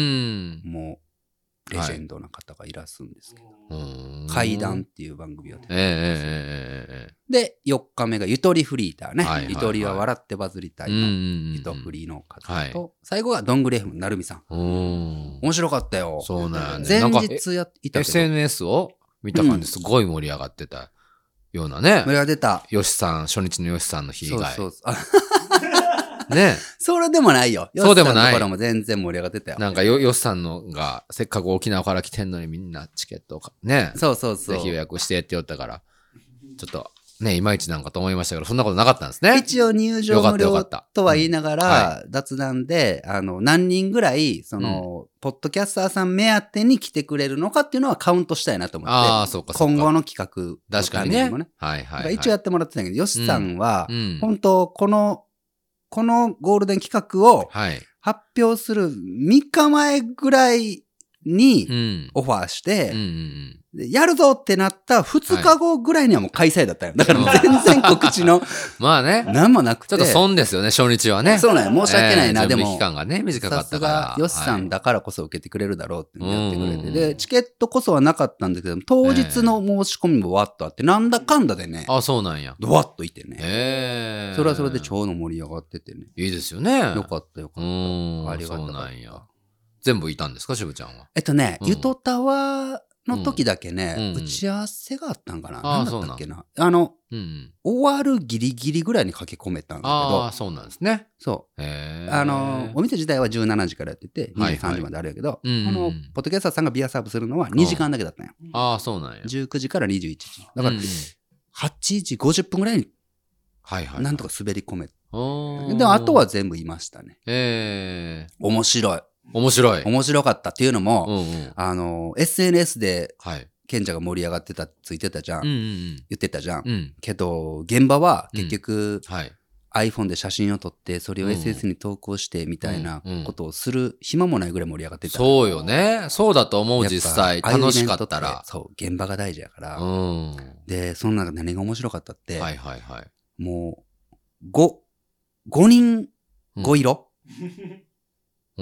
Speaker 1: もう、レジェンドな方がいらっすんですけど。はい、怪談っていう番組をやってます。
Speaker 2: えーえーえー、
Speaker 1: で、よっかめがゆとりフリーターね。はいはいはい、ゆとりは笑ってバズりたいのゆとフリーの方と、はい、最後がどんぐり エフエム なるみさん。面白かったよ。
Speaker 2: そうなん
Speaker 1: ね。前日やっていたけど
Speaker 2: エスエヌエス を見た感じすごい盛り上がってたようなね。
Speaker 1: 盛り上がってた。
Speaker 2: よしさん、初日のよしさんの日以外。
Speaker 1: そうそうそう。
Speaker 2: ね
Speaker 1: それでもないよ。
Speaker 2: そうでもない。
Speaker 1: よしさんのところも全然盛り上がってたよ。
Speaker 2: なんかよ、よしさんのが、せっかく沖縄から来てんのにみんなチケットをね。
Speaker 1: そうそうそう。
Speaker 2: ぜひ予約してって言ったから、ちょっと、ね、いまいちなんかと思いましたけど、そんなことなかったんですね。
Speaker 1: 一応入場無料とは言いながら、はい、雑談で、あの、何人ぐらい、その、うん、ポッドキャスターさん目当てに来てくれるのかっていうのはカウントしたいなと思って。
Speaker 2: ああ、そうかそうか。
Speaker 1: 今後の企画の
Speaker 2: ためにもね。確かにね。
Speaker 1: はいはい、はい。一応やってもらってたけど、よしさんは、うん、本当この、このゴールデン企画を発表するみっかまえぐらいにオファーして、うんうんうんやるぞってなったふつかごぐらいにはもう開催だったよ。だから全然告知の。
Speaker 2: まあね。
Speaker 1: なんもなくて。
Speaker 2: ちょっと損ですよね、初日はね。
Speaker 1: そうなんや。申し訳ないな、
Speaker 2: えー、
Speaker 1: でも。
Speaker 2: 期間がね、短かったから。
Speaker 1: さすが、ヨシさんだからこそ受けてくれるだろうってやってくれて。で、チケットこそはなかったんだけど、当日の申し込みもわっとあって、なんだかんだでね。
Speaker 2: あ、そうなんや。
Speaker 1: わっといてね。
Speaker 2: へー。
Speaker 1: それはそれでちょうど盛り上がっててね。
Speaker 2: いいですよね。
Speaker 1: よかったよかった。ありがとう。そうなんや。
Speaker 2: 全部いたんですか、しぶちゃんは。
Speaker 1: えっとね、ゆとたわの時だけね、うん、打ち合わせがあったんかな。何だったっけな。あの、うん、終わるギリギリぐらいに駆け込めたんだけど。
Speaker 2: ああ、そうなんですね。
Speaker 1: そう。あの、お店自体はじゅうしちじからやってて、にじさんじまであるんやけど、はいはい、あの、ポッドキャスターさんがビアサーブするのはにじかんだけだったんや。
Speaker 2: ああ、そうなんや。
Speaker 1: じゅうくじからにじゅういちじ。だから、うん、はちじごじゅっぷんぐらいに、
Speaker 2: はいはい。
Speaker 1: なんとか滑り込め。で、あとは全部いましたね。
Speaker 2: へー。
Speaker 1: 面白い。
Speaker 2: 面白い。
Speaker 1: 面白かったっていうのも、うんうん、あの、エスエヌエス で、はい。ケンちゃんが盛り上がってた、ついてたじゃん。うんうんうん、言ってたじゃん。うん、けど、現場は結局、うんはい、iPhone で写真を撮って、それを エスエヌエス に投稿してみたいなことをする暇もないぐらい盛り上がってた。
Speaker 2: そうよね。そうだと思う、実際。楽しかったら。
Speaker 1: そう、現場が大事やから。うん、で、その中で何が面白かったって、
Speaker 2: はいはいはい、
Speaker 1: もう、ご、ごにん、ご色、
Speaker 2: うんうん、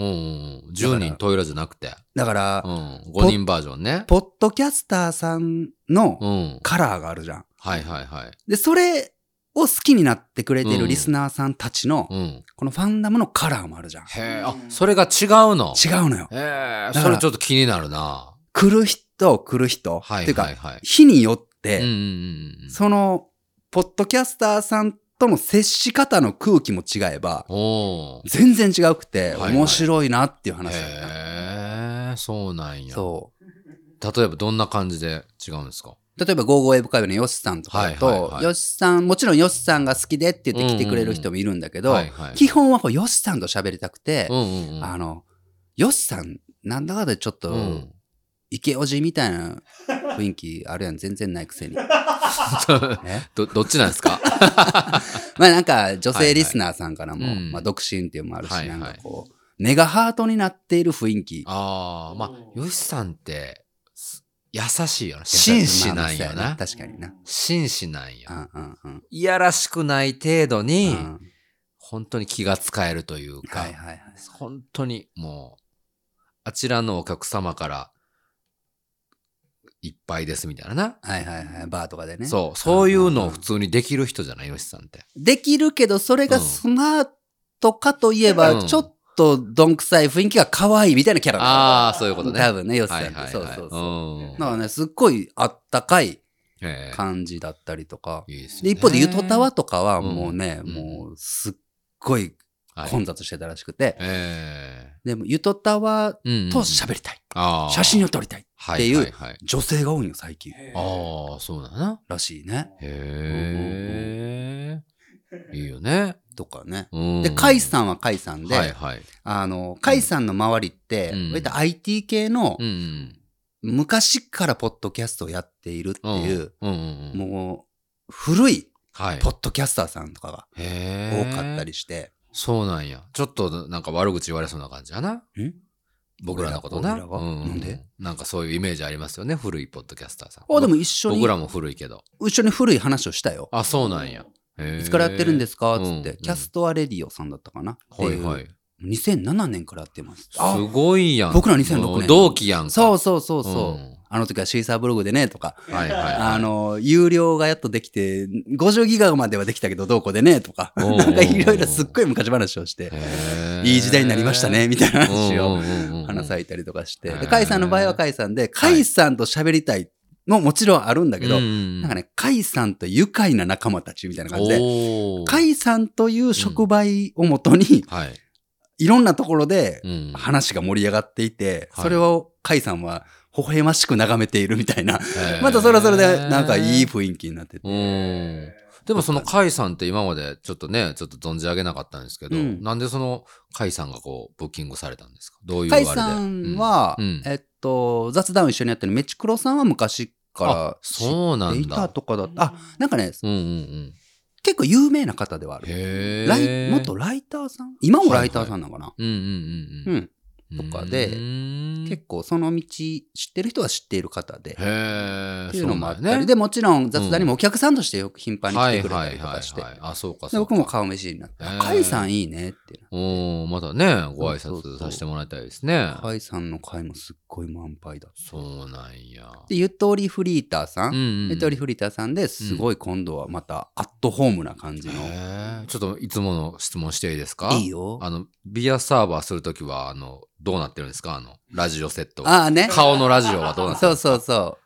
Speaker 2: じゅうにんトイレじゃなくて。
Speaker 1: だから、
Speaker 2: うん、ごにんバージョンね。
Speaker 1: ポッドキャスターさんのカラーがあるじゃん。うん、
Speaker 2: はいはいはい。
Speaker 1: で、それを好きになってくれてるリスナーさんたちの、うん、このファンダムのカラーもあるじゃん。
Speaker 2: へー、あ、それが違うの？
Speaker 1: 違うのよ。
Speaker 2: へー、それちょっと気になるな。
Speaker 1: 来る人、来る人。
Speaker 2: はいはいはい。
Speaker 1: っていうか、日によって、
Speaker 2: うんうんうん、そ
Speaker 1: の、ポッドキャスターさんとの接し方の空気も違えば、全然違うくて、面白いなっていう話だった。
Speaker 2: へー、そうなんや。
Speaker 1: そう。
Speaker 2: 例えばどんな感じで違うんですか？
Speaker 1: 例えば、ゴーゴーエブ会話のヨシさんとかだと、はいはいはい、ヨシさん、もちろんヨシさんが好きでって言って来てくれる人もいるんだけど、うんうんはいはい、基本はこうヨシさんと喋りたくて、うんうんうん、あの、ヨシさん、なんだかでちょっと、うんイケオジみたいな雰囲気あるやん。全然ないくせに。
Speaker 2: ど、どっちなんですか？
Speaker 1: まあなんか女性リスナーさんからも、はいはいまあ独身っていうのもあるし、はいはい、なんかこう、メガハートになっている雰囲気。
Speaker 2: ああ、まあ、ヨシさんって、 優しいよな。紳士なんよな。まあ、
Speaker 1: 確かにな。
Speaker 2: 紳士なんよ。
Speaker 1: うんうんうん、
Speaker 2: いやらしくない程度に、うん、本当に気が使えるというか、
Speaker 1: はいはいはい、
Speaker 2: 本当にもう、あちらのお客様からいっぱいですみたいなな。
Speaker 1: はいはいはい。バーとかでね。
Speaker 2: そう。そういうのを普通にできる人じゃない、よしさんって。
Speaker 1: できるけど、それがスマートかといえば、うん、ちょっと、とどんくさい雰囲気が可愛いみたいなキャラ
Speaker 2: ああ、そういうことね。
Speaker 1: 多分ね、よっさんって。はいはいはい、そうそうそう。だからね、すっごいあったかい感じだったりとか。いいですね、で、一方でゆとたわとかはもうね、うん、もうすっごい混雑してたらしくて。はい、でも、ゆとたわと喋りたい、うんうん。写真を撮りたいっていう女性が多いよ、最近。
Speaker 2: ああ、そうだな。
Speaker 1: らしいね。
Speaker 2: へえ。いいよね。
Speaker 1: とかね。で、カイさんはカイさんで、はいはい、あの、カイさんの周りって、うん、割と アイティー 系の、うん、昔からポッドキャストをやっているっていう、うんうんうん、もう、古い、ポッドキャスターさんとかが多かったりして。
Speaker 2: そうなんや。ちょっとなんか悪口言われそうな感じやな。ん僕らのことな。
Speaker 1: うん、なんで
Speaker 2: なんかそういうイメージありますよね。古いポッドキャスターさん。
Speaker 1: あ、でも一緒に。
Speaker 2: 僕らも古いけど。
Speaker 1: 一緒に古い話をしたよ。
Speaker 2: あ、そうなんや。
Speaker 1: いつからやってるんですかつって、うんうん、キャストアレディオさんだったかなはいはい。にせんななねんからやってます。
Speaker 2: すごいやん。
Speaker 1: 僕らにせんろくねん。
Speaker 2: 同期やんか。
Speaker 1: そうそうそうそう、うん。あの時はシーサーブログでね、とか。はいはいはい、あの、有料がやっとできて、ごじゅうギガまではできたけど、どこでね、とか。なんかいろいろすっごい昔話をして、いい時代になりましたね、みたいな話を話されたりとかして。で、カイさんの場合はカイさんで、カイさんと喋りたい。ももちろんあるんだけど、うん、なんかね、カイさんと愉快な仲間たちみたいな感じで、カイさんという触媒をもとに、うんはい、いろんなところで話が盛り上がっていて、うん、それをカイさんは微笑ましく眺めているみたいな、またそれはそれでなんかいい雰囲気になってて。
Speaker 2: でもそのカイさんって今までちょっとね、ちょっと存じ上げなかったんですけど、うん、なんでそのカイさんがこうブッキングされたんですか？どういうあれで？
Speaker 1: カイさんは、うん、えっと、雑談を一緒にやってるメチクロさんは昔から知っていたとかだった。あ、なんかね、うんうんうん、結構有名な方ではある。へライ元ライターさん今もライターさんなのかな、はいはい、うんうんうんうん。とかで、結構その道知ってる人は知っている方で、へっていうのもあったり、ね、で、もちろん雑談にもお客さんとしてよく頻繁に来てくれたりとかして、あ、そうかそうか。僕も顔飯になって、カイさんいいねって。
Speaker 2: おまたね、ご挨拶させてもらいたいですね。
Speaker 1: カイさんの回もすっごい満杯だった。
Speaker 2: そうなんや。
Speaker 1: で、ゆとりフリーターさん、うんうん、ゆとりフリーターさんですごい今度はまたアットホームな感じの。
Speaker 2: へちょっといつもの質問していいですか？
Speaker 1: いいよ。
Speaker 2: あの、ビアサーバーするときは、あの、どうなってるんですか？あの、ラジオセット。
Speaker 1: ああね。
Speaker 2: 顔のラジオはどうなってるんですか？
Speaker 1: そうそうそう。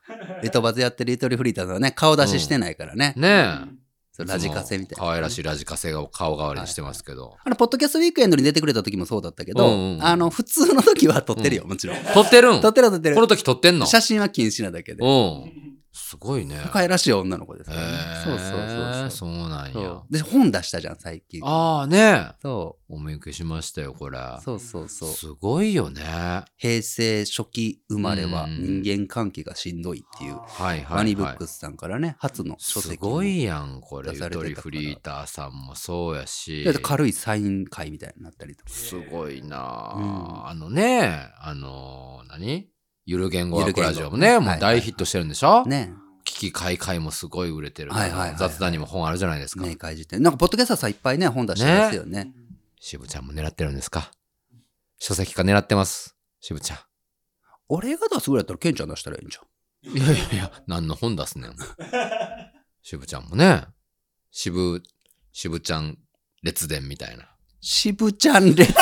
Speaker 1: ゆとばずやってるゆとりフリーターさんはね、顔出ししてないからね。
Speaker 2: うん、ねえ。
Speaker 1: ラジカセみたいな、
Speaker 2: 可愛らしいラジカセを顔代わりにしてますけど、はい、
Speaker 1: あのポッドキャストウィークエンドに出てくれた時もそうだったけど、うんうん、あの普通の時は撮ってるよ、うん、もちろん
Speaker 2: 撮ってるん
Speaker 1: 撮ってる撮ってる
Speaker 2: この時撮ってんの？
Speaker 1: 写真は禁止なだけで、
Speaker 2: うんすごいね。
Speaker 1: 可愛らしい女の子ですからね。そうそう
Speaker 2: そうそう。そうなんや。
Speaker 1: で、本出したじゃん、最近。
Speaker 2: ああね。
Speaker 1: そう。
Speaker 2: お見受けしましたよ、これ。
Speaker 1: そうそうそう。
Speaker 2: すごいよね。
Speaker 1: 平成初期生まれは人間関係がしんどいっていう、はいはい。ワニブックスさんからね、初の書籍。
Speaker 2: すごいやん、これ。ゆとりフリーターさんもそうやし。
Speaker 1: 軽いサイン会みたいになったりとか。
Speaker 2: すごいな、うん、あのね、あの、何ゆる言語ワークラジオもね、もう大ヒットしてるんでしょ？ね。危機開会もすごい売れてる。はいはいはいはい、雑談にも本あるじゃないですか。
Speaker 1: ね、開示って。なんか、ポッドキャスターさんいっぱいね、本出してますよね。
Speaker 2: 渋ちゃんも狙ってるんですか？書籍化狙ってます。渋ちゃん。
Speaker 1: 俺が出すぐらいだったら、ケンちゃん出したらいいんじゃ
Speaker 2: ん。いやいやいや、何の本出すねん。渋ちゃんもね、渋、渋ちゃん列伝みたいな。
Speaker 1: 渋ちゃん列伝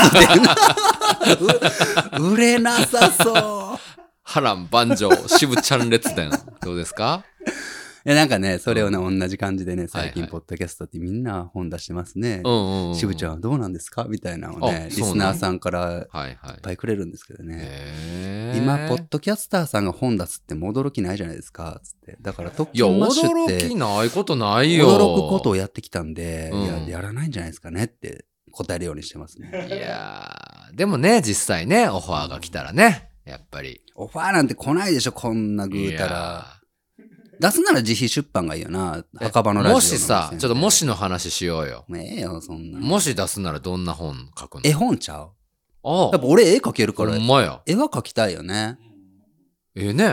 Speaker 1: 売れなさそう。
Speaker 2: 波乱万丈、渋ちゃん列伝。どうですか？
Speaker 1: いや、なんかね、それをね、同じ感じでね、最近、ポッドキャストってみんな本出してますね。はいはい、渋ちゃんはどうなんですかみたいなのをね、リスナーさんからいっぱいくれるんですけどね。今、ポッドキャスターさんが本出すってもう驚きないじゃないですかつって。だから、特
Speaker 2: 訓マッシュって。いや、驚きないことないよ。
Speaker 1: 驚くことをやってきたんで、うん、いや、やらないんじゃないですかねって答えるようにしてますね。
Speaker 2: いやー、でもね、実際ね、オファーが来たらね。やっぱり。
Speaker 1: オファーなんて来ないでしょ、こんなぐうたら。出すなら自費出版がいいよな、墓場のラジオの。
Speaker 2: もしさ、ちょっともしの話しようよ。
Speaker 1: ええよ、そんな。
Speaker 2: もし出すならどんな本書くの？
Speaker 1: 絵本ちゃう？ああ。やっぱ俺絵描けるから。
Speaker 2: ほんまや。
Speaker 1: 絵は描きたいよね。
Speaker 2: ええね。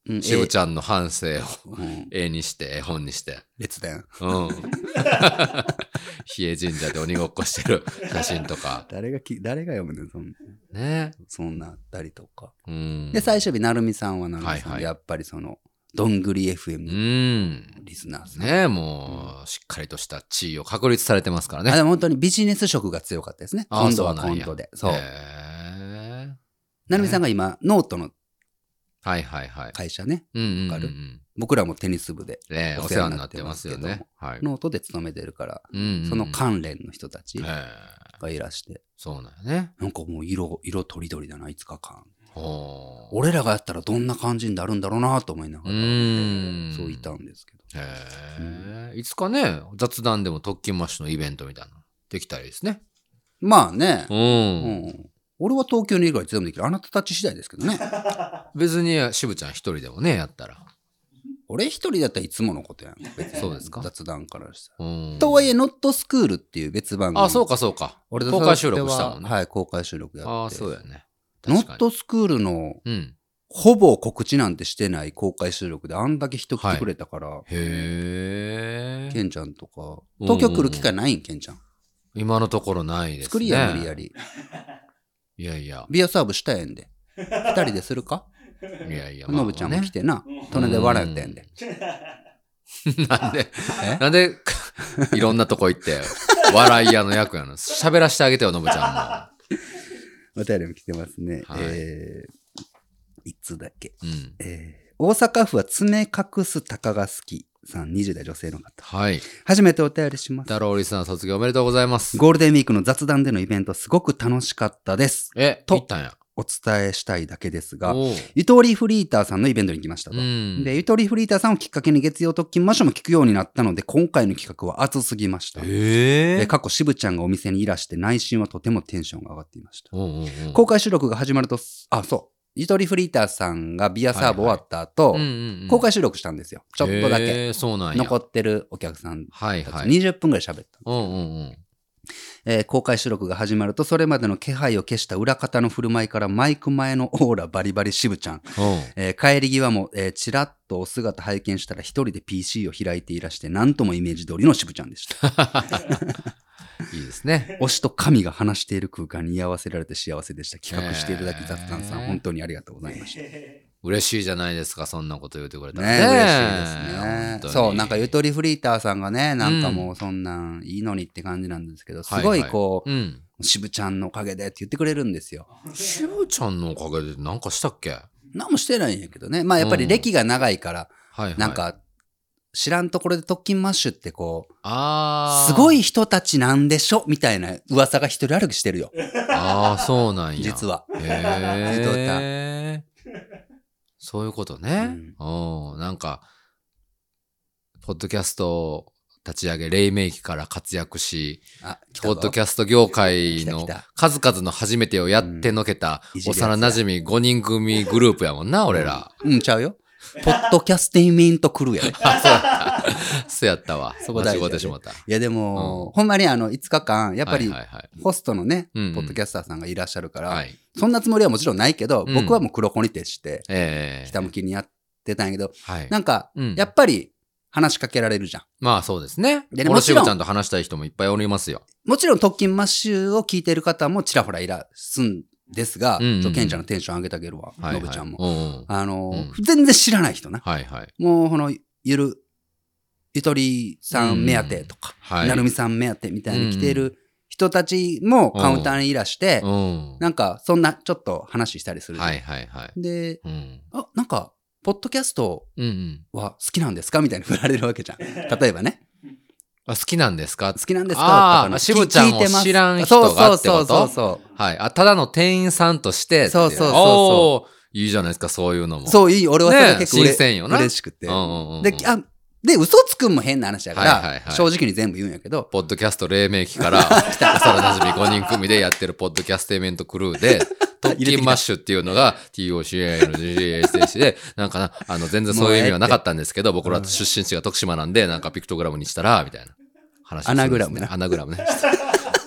Speaker 2: うん、しぶちゃんの半生を絵にして、絵本にして。
Speaker 1: 列伝。
Speaker 2: うん。比叡神社で鬼ごっこしてる写真とか。
Speaker 1: 誰がき、誰が読むねん、そんな。
Speaker 2: ね。
Speaker 1: そんなあったりとか。
Speaker 2: うん。
Speaker 1: で、最終日、なるみさんはなるみさんで、はいはい、やっぱりその、どんぐり エフエム リスナーさん。
Speaker 2: ねもう、うん、しっかりとした地位を確立されてますからね。
Speaker 1: あ、でも本当にビジネス色が強かったですね。今度は今度で。そう。なるみさんが今、ノートの
Speaker 2: はいはいはい。
Speaker 1: 会社ね。
Speaker 2: うんうんうん、
Speaker 1: かる僕らもテニス部で
Speaker 2: お世話になってますけど、ね、
Speaker 1: はい、ノートで勤めてるから、うんうんうん、その関連の人たちがいらして。
Speaker 2: そうなんよね。
Speaker 1: なんかもう色、色とりどりだな、いつかかん。俺らがやったらどんな感じになるんだろうなと思いながら、うんそういたんですけど。
Speaker 2: へうん、いつかね、雑談でも特勤マッシュのイベントみたいなのできたらいいですね。
Speaker 1: まあね。
Speaker 2: うん。うん
Speaker 1: 俺は東京にいるからいつでもできる。あなたたち次第ですけどね。
Speaker 2: 別にしぶちゃん一人でもね、やったら。
Speaker 1: 俺一人だったらいつものことやん。
Speaker 2: 別にそうですか
Speaker 1: 雑談からしたら。とはいえ、ノットスクールっていう別番組。
Speaker 2: あ、そうかそうか。
Speaker 1: 俺
Speaker 2: 公開収録したもんね。
Speaker 1: はい、公開収録やって。
Speaker 2: あ、そうやね。
Speaker 1: ノットスクールの、うん、ほぼ告知なんてしてない公開収録であんだけ人来てくれたから。はい、
Speaker 2: へー。
Speaker 1: ケンちゃんとか。東京来る機会ないん、ケンちゃん。
Speaker 2: 今のところないですね。
Speaker 1: 作りや無理やり。
Speaker 2: いやいや。
Speaker 1: ビアサーブしたやんで。二人でするか
Speaker 2: いやいや。
Speaker 1: のぶちゃんも来てな。隣で笑ったやんで。
Speaker 2: なんで、なんで、いろんなとこ行って、笑い屋の役やの。喋らしてあげてよ、のぶちゃ
Speaker 1: んも。お便りも来てますね。はい、えー、いつだけ。
Speaker 2: うん、
Speaker 1: えー、大阪府は爪隠す鷹が好き。さん、にじゅう代女性の方。
Speaker 2: はい。
Speaker 1: 初めてお便りします。
Speaker 2: 太郎リスナー卒業おめでとうございます。
Speaker 1: ゴールデンウィークの雑談でのイベントすごく楽しかったです。
Speaker 2: え、
Speaker 1: と
Speaker 2: 行ったんや。
Speaker 1: お伝えしたいだけですが、ゆとりフリーターさんのイベントに行きましたと。で、ゆとりフリーターさんをきっかけに月曜特勤マッシュも聞くようになったので、今回の企画は熱すぎました。
Speaker 2: えー、
Speaker 1: 過去しぶちゃんがお店にいらして内心はとてもテンションが上がっていました。
Speaker 2: うんうんうん、
Speaker 1: 公開収録が始まると、あ、そう。ゆとりフリーターさんがビアサーブ終わった後、公開収録したんですよ。ちょっとだけ。
Speaker 2: そうなんや。
Speaker 1: 残ってるお客さんたち、
Speaker 2: はいはい、
Speaker 1: にじゅっぷんぐらい喋った。
Speaker 2: うんうんうん
Speaker 1: えー、公開収録が始まると、それまでの気配を消した裏方の振る舞いからマイク前のオーラバリバリしぶちゃん。えー、帰り際も、えー、ちらっとお姿拝見したら一人で ピーシー を開いていらして、なんともイメージ通りのしぶちゃんでした。
Speaker 2: いいですね。
Speaker 1: 推しと神が話している空間に居合わせられて幸せでした。企画しているだけ雑談さん、本当にありがとうございました。
Speaker 2: 嬉しいじゃないですか、そんなこと言ってくれたらね。
Speaker 1: ね、嬉しいですね。そう、なんかゆとりフリーターさんがね、なんかもうそんなんいいのにって感じなんですけど、うん、すごいこう、はいはい、うん、しぶちゃんのおかげでって言ってくれるんですよ。
Speaker 2: しぶちゃんのおかげでなんかしたっけ？
Speaker 1: 何もしてないんやけどね。まあやっぱり歴が長いから、うんはいはい、なんか、知らんところで特勤マッシュってこう、
Speaker 2: あ
Speaker 1: すごい人たちなんでしょみたいな噂が一人歩きしてるよ。
Speaker 2: ああ、そうなんや。
Speaker 1: 実は。
Speaker 2: へー。そういうことね。うん、おなんか、ポッドキャストを立ち上げ、黎明期から活躍し、ポッドキャスト業界の数々の初めてをやってのけた、うん、幼馴染ごにん組グループやもんな、俺ら。
Speaker 1: うん、ちゃうよ。ポッドキャスティメントクルーやね。
Speaker 2: そうやったわ。そこ大事でしまった。い
Speaker 1: やでも、うん、ほんまにあのいつかかん、やっぱりホストのね、はいはいはい、ポッドキャスターさんがいらっしゃるから、うんうん、そんなつもりはもちろんないけど、うん、僕はもう黒子に徹して、ひたむきにやってたんやけど、
Speaker 2: はい、
Speaker 1: なんか、うん、やっぱり話しかけられるじゃん。
Speaker 2: まあそうですね。でね、もちろんちゃんと話したい人もいっぱいおりますよ。
Speaker 1: もちろん特勤マッシュを聞いてる方もちらほらいらっすんですが、うんうん、ちょケンちゃんのテンション上げてあげるわ、はいはい、のぶちゃんも。うんうん、あの、うん、全然知らない人な。
Speaker 2: はいはい、
Speaker 1: もう、この、ゆる、ゆとりさん目当てとか、うんはい、なるみさん目当てみたいに来てる人たちもカウンターにいらして、うん、なんか、そんな、ちょっと話したりする。
Speaker 2: はいはいはい。
Speaker 1: で、うん、あ、なんか、ポッドキャストは好きなんですかみたいに振られるわけじゃん。例えばね。
Speaker 2: あ、好きなんですか
Speaker 1: 好きなんですか
Speaker 2: ああ、しぶちゃんを知らん人がってこと
Speaker 1: そうそうそう。
Speaker 2: はい。あ、ただの店員さんとして。
Speaker 1: そうそうそうそう。
Speaker 2: いいじゃないですか、そういうのも。
Speaker 1: そう、いい。俺はそれが結構、ね、
Speaker 2: 新鮮よな
Speaker 1: 嬉しくて。
Speaker 2: うんうんうん、
Speaker 1: で、あ、で、嘘つくんも変な話だから、はいはいはい、正直に全部言うんやけど。
Speaker 2: ポッドキャスト黎明期から、幼馴染ごにん組でやってるポッドキャストイベントクルーで、特勤マッシュっていうのが ティーオーシーエーエヌジーエーエスエーシー で、なんかな、あの、全然そういう意味はなかったんですけど、僕ら出身地が徳島なんで、なんかピクトグラムにしたら、みたいな話、ね。
Speaker 1: アナグラムね。
Speaker 2: アナグラムね。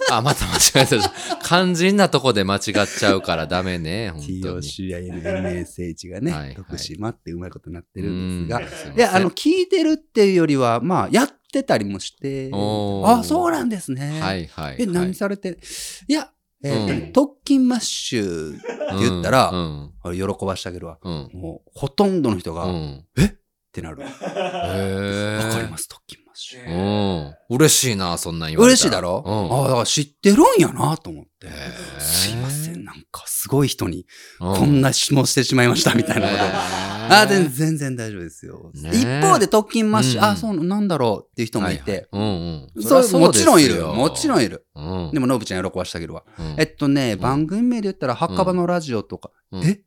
Speaker 2: あ、また間違えた。肝心なとこで間違っちゃうからダメね、本当に。
Speaker 1: ティーオーシーアイエヌエムエスエイチ がね、はいはい、徳島ってうまいことになってるんですが、いや、あの、聞いてるっていうよりは、まあ、やってたりもして、あ、そうなんですね。
Speaker 2: はいはい、はい。
Speaker 1: え、何されて、いや、えーうん、特勤マッシュって言ったら、うんうん、喜ばしてあげるわ、うん。もう、ほとんどの人が、うん、えってなる。わかります、特勤マッシュ。
Speaker 2: うん。嬉しいな、そんなん言われたら。
Speaker 1: 嬉しいだろ、うん、ああ、だから知ってるんやなと思って。すいません、なんかすごい人に、こんな質問してしまいました、みたいなこと。ああ、全然大丈夫ですよ。一方で特勤マッシュ、うん、あ、そう、なんだろうっていう人もいて。はいはい、うんうん、そう、もちろんいるよ。もちろんいる。うん、でも、のぶちゃん喜ばしてあげるわ。うん、えっとね、うん、番組名で言ったら、墓場のラジオとか、うん、え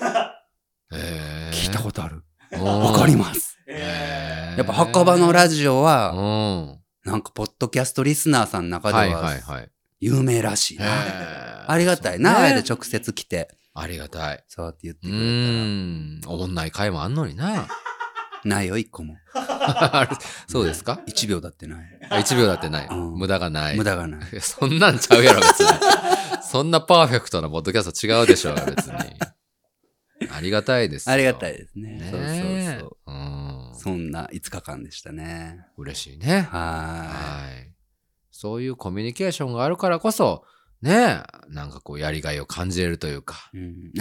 Speaker 1: 聞いたことある。わかります。やっぱ墓場のラジオは、なんかポッドキャストリスナーさんの中では有名らしいな。ありがたいな、あれで直接来て。
Speaker 2: ありがたい。
Speaker 1: そうやって言ってくれたら。うん。
Speaker 2: おもんない回もあんのにな。
Speaker 1: ないよ、一個も。
Speaker 2: そうですか？
Speaker 1: 一秒だってない。
Speaker 2: あ、一秒だってない。無駄がない。
Speaker 1: 無駄がない。
Speaker 2: そんなんちゃうやろ、別に。そんなパーフェクトなポッドキャスト違うでしょうが、別に。ありがたいですよ。
Speaker 1: ありがたいですね。
Speaker 2: ね
Speaker 1: そうそうそう。うん、そんないつかかんでしたね。
Speaker 2: 嬉しいね。はい。そういうコミュニケーションがあるからこそ、ねえ、なんかこうやりがいを感じれるというか。
Speaker 1: うん、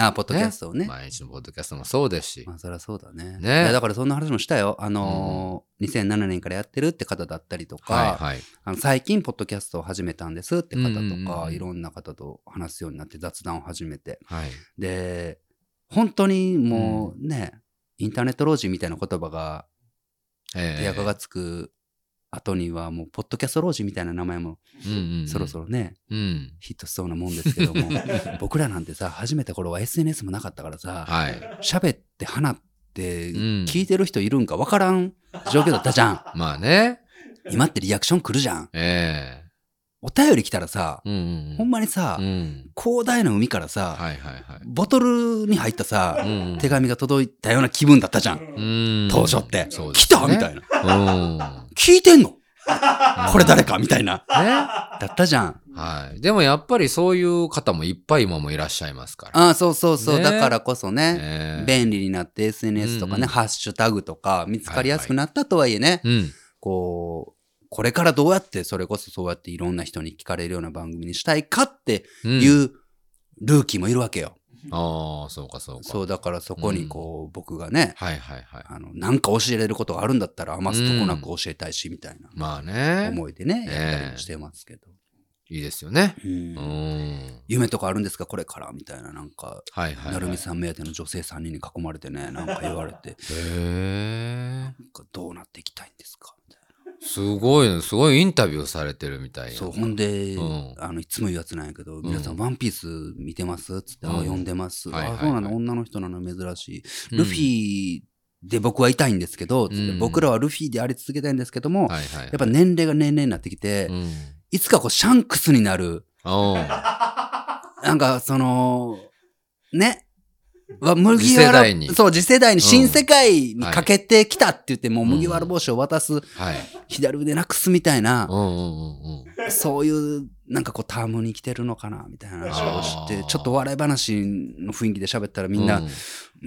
Speaker 1: あ、ポッドキャストをね。
Speaker 2: 毎日のポッドキャストもそうですし。
Speaker 1: まあそりゃそうだね。
Speaker 2: ね。
Speaker 1: いやだからそんな話もしたよ。あのーうん、にせんななねんからやってるって方だったりとか、はいはい、あの最近ポッドキャストを始めたんですって方とか、うんうんうん、いろんな方と話すようになって雑談を始めて。はい、で、本当にもうね、うん、インターネット老人みたいな言葉が、手垢がつく後にはもうポッドキャスト老人みたいな名前もそろそろね、うんうん、ヒットしそうなもんですけども僕らなんてさ始めた頃は エスエヌエス もなかったからさ喋、はい、って花って聞いてる人いるんか分からん状況だったじゃん、
Speaker 2: うん、まあね
Speaker 1: 今ってリアクション来るじゃん、えー、お便り来たらさ、うんうんうん、ほんまにさ、うん、広大な海からさ、はいはいはい、ボトルに入ったさ、うんうん、手紙が届いたような気分だったじゃん、うん、当初って、ね、来たみたいな、うん、聞いてんのこれ誰かみたいな、ね、だったじゃん、
Speaker 2: はい、でもやっぱりそういう方もいっぱい今もいらっしゃいますから
Speaker 1: ああそうそうそう、ね、だからこそね、ね便利になって エスエヌエス とかね、うんうん、ハッシュタグとか見つかりやすくなったとはいえね、はいはい、こうこれからどうやってそれこそそうやっていろんな人に聞かれるような番組にしたいかっていうルーキーもいるわけよ。
Speaker 2: うん、ああ、そうかそうか。
Speaker 1: そうだからそこにこう、うん、僕がね、
Speaker 2: はいはいはい。
Speaker 1: あの、なんか教えれることがあるんだったら余すとこなく教えたいしみたいな。
Speaker 2: まあね。
Speaker 1: 思いでね、やったりもしてますけど。
Speaker 2: いいですよね。
Speaker 1: うん。うん夢とかあるんですかこれからみたいななんか、はいはいはい、なるみさん目当ての女性さんにんに囲まれてね、なんか言われて。へえ。なんかどうなっていきたいんですかみたいな。
Speaker 2: すごい、すごいインタビューされてるみたいな。
Speaker 1: そう、ほんで、うん、あの、いつも言うやつなんやけど、うん、皆さん、ワンピース見てますつって、うん、あ、読んでます。はいはいはい、あ、そうなの、女の人なの珍しい。ルフィで僕はいたいんですけど、つって、うん、僕らはルフィであり続けたいんですけども、はいはいはい、やっぱ年齢が年齢になってきて、うん、いつかこう、シャンクスになる。なんか、その、ね。麦わら、そう、次世代に新世界にかけてきたって言って、もう麦わら帽子を渡す、左腕なくすみたいな、そういう、なんかこう、タームに来てるのかな、みたいな話をして、ちょっと笑い話の雰囲気で喋ったらみんな、うん。うん、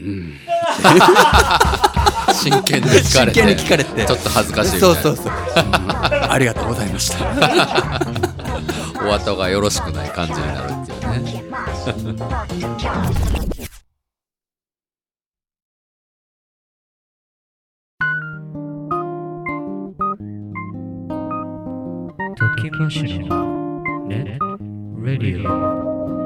Speaker 2: 真剣に聞かれて。
Speaker 1: 真剣に聞かれて。
Speaker 2: ちょっと恥ずかしいみ
Speaker 1: たいな。そうそうそう。うん、ありがとうございました。
Speaker 2: お後がよろしくない感じになるっていうね。
Speaker 3: トキマッシュのネットラディオ。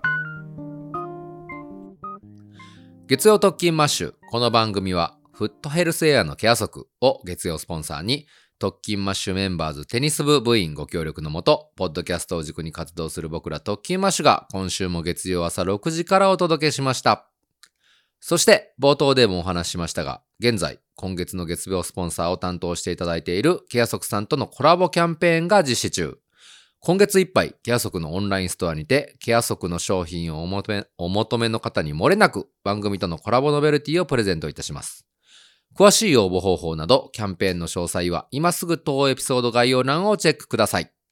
Speaker 2: 月曜特勤マッシュ。この番組はフットヘルスエアのケア足を月曜スポンサーに特勤マッシュメンバーズテニス部部員ご協力のもと、ポッドキャストを軸に活動する僕ら特勤マッシュが今週も月曜朝ろくじからお届けしました。そして冒頭でもお話ししましたが、現在今月の月曜スポンサーを担当していただいているケア足さんとのコラボキャンペーンが実施中。今月いっぱいケア足のオンラインストアにてケア足の商品をお求め、お求めの方に漏れなく番組とのコラボノベルティをプレゼントいたします。詳しい応募方法などキャンペーンの詳細は今すぐ当エピソード概要欄をチェックください。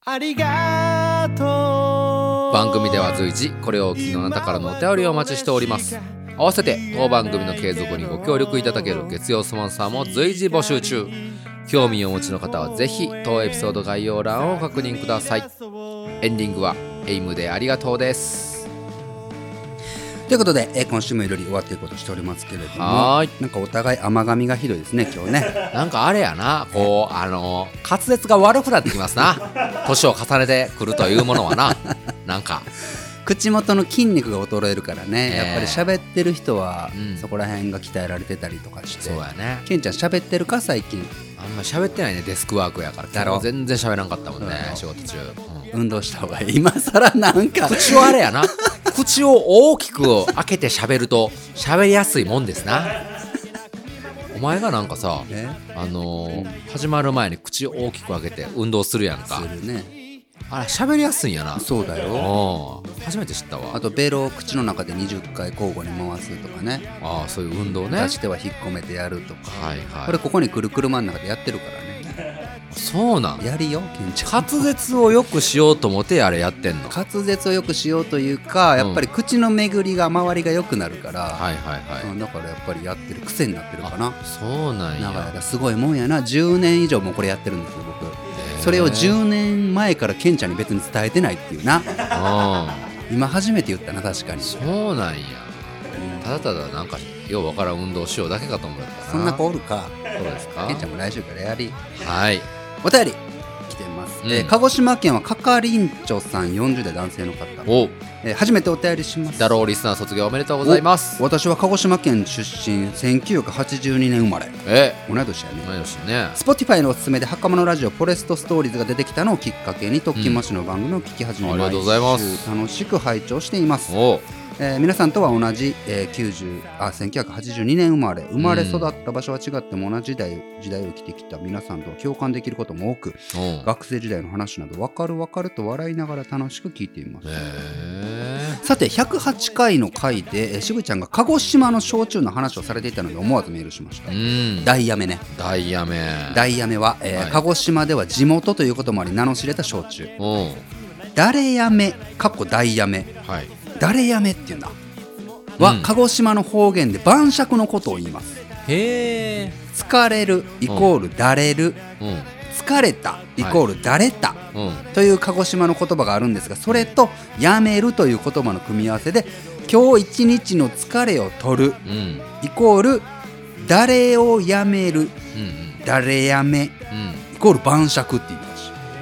Speaker 2: ありがとう。番組では随時これをお聞きのあなたからのお便りをお待ちしております。合わせて当番組の継続にご協力いただける月曜スポンサーも随時募集中。興味をお持ちの方はぜひ当エピソード概要欄をご確認ください。エンディングはエイムでありがとうです。
Speaker 1: ということで、えー、今週もいろいろ終わっていくことしておりますけれども、はい、なんかお互い甘噛みがひどいですね今日ね。
Speaker 2: なんかあれやな、こうあの滑舌が悪くなってきますな。年を重ねてくるというものはな、なんか
Speaker 1: 口元の筋肉が衰えるからね、えー、やっぱり喋ってる人は、うん、そこら辺が鍛えられてたりとかして。
Speaker 2: そうやね。
Speaker 1: ケンちゃん喋ってるか最近？
Speaker 2: あんま喋ってないね、デスクワークやから。だろ、全然喋らんかったもんね、仕事中、
Speaker 1: うん、運動した方がいい。今更なんか
Speaker 2: 口をあれやな口を大きく開けて喋ると喋りやすいもんですな。お前がなんかさ、あのーうん、始まる前に口を大きく開けて運動するやんか。
Speaker 1: するね。
Speaker 2: あれ喋りやすいんやな。
Speaker 1: そうだよ。
Speaker 2: 初めて知ったわ。
Speaker 1: あとベロを口の中でにじゅっかい交互に回すとかね。
Speaker 2: ああ、そういう運動ね。
Speaker 1: 出しては引っ込めてやるとか、
Speaker 2: はいはい、
Speaker 1: これここに来る車の中でやってるからね。
Speaker 2: そうなん。
Speaker 1: やりよ、ケンちゃん。
Speaker 2: 滑舌をよくしようと思ってあれやってんの。
Speaker 1: 滑舌をよくしようというか、やっぱり口の巡りが周りが良くなるから、うん、はいはいはい、だからやっぱりやってる癖になってるかな。
Speaker 2: そうなんや。
Speaker 1: 長い間すごいもんやな。じゅうねん以上もこれやってるんですよ僕。それをじゅうねんまえからケンちゃんに別に伝えてないっていうな。今初めて言ったな。確かに
Speaker 2: そうなんや、うん、ただただなんかようわからん運動しようだけかと思ったな。
Speaker 1: そんな子おるか。
Speaker 2: そうですか。
Speaker 1: ケンちゃんも来週からやり。
Speaker 2: はい、
Speaker 1: お便り来てます、うん、えー、鹿児島県はかかりんちょさんよんじゅう代男性の方。お、えー、初めてお便りします。
Speaker 2: だろうリスナー卒業おめでとうございます。
Speaker 1: 私は鹿児島県出身、せんきゅうひゃくはちじゅうにねん生まれ。
Speaker 2: え
Speaker 1: 同い年やね。
Speaker 2: 同い年ね。
Speaker 1: Spotify のおすすめで袴のラジオフォレストストーリーズが出てきたのをきっかけに特勤マッシュの番組を聞き始め、うん、毎週楽しく拝聴しています。お、えー、皆さんとは同じ、えー、きゅうじゅうあせんきゅうひゃくはちじゅうにねん生まれ。生まれ育った場所は違っても同じ時代時代を生きてきた皆さんとは共感できることも多く、学生時代の話など分かる分かると笑いながら楽しく聞いています。さてひゃくはちかいの回で、えー、渋ちゃんが鹿児島の焼酎の話をされていたので思わずメールしました。ダイヤメね。
Speaker 2: ダイヤメ
Speaker 1: ダイヤメは、えーはい、鹿児島では地元ということもあり名の知れた焼酎。誰やめかっこダイヤメ、はい、誰やめっていうんだは、うん、鹿児島の方言で晩酌のことを言います。
Speaker 2: へー。
Speaker 1: 疲れるイコールだれる、うん、疲れたイコールだれた、はいうん、という鹿児島の言葉があるんですが、それとやめるという言葉の組み合わせで今日一日の疲れを取る、うん、イコール誰をやめる、うんうん、誰やめ、うん、イコール晩酌って言います。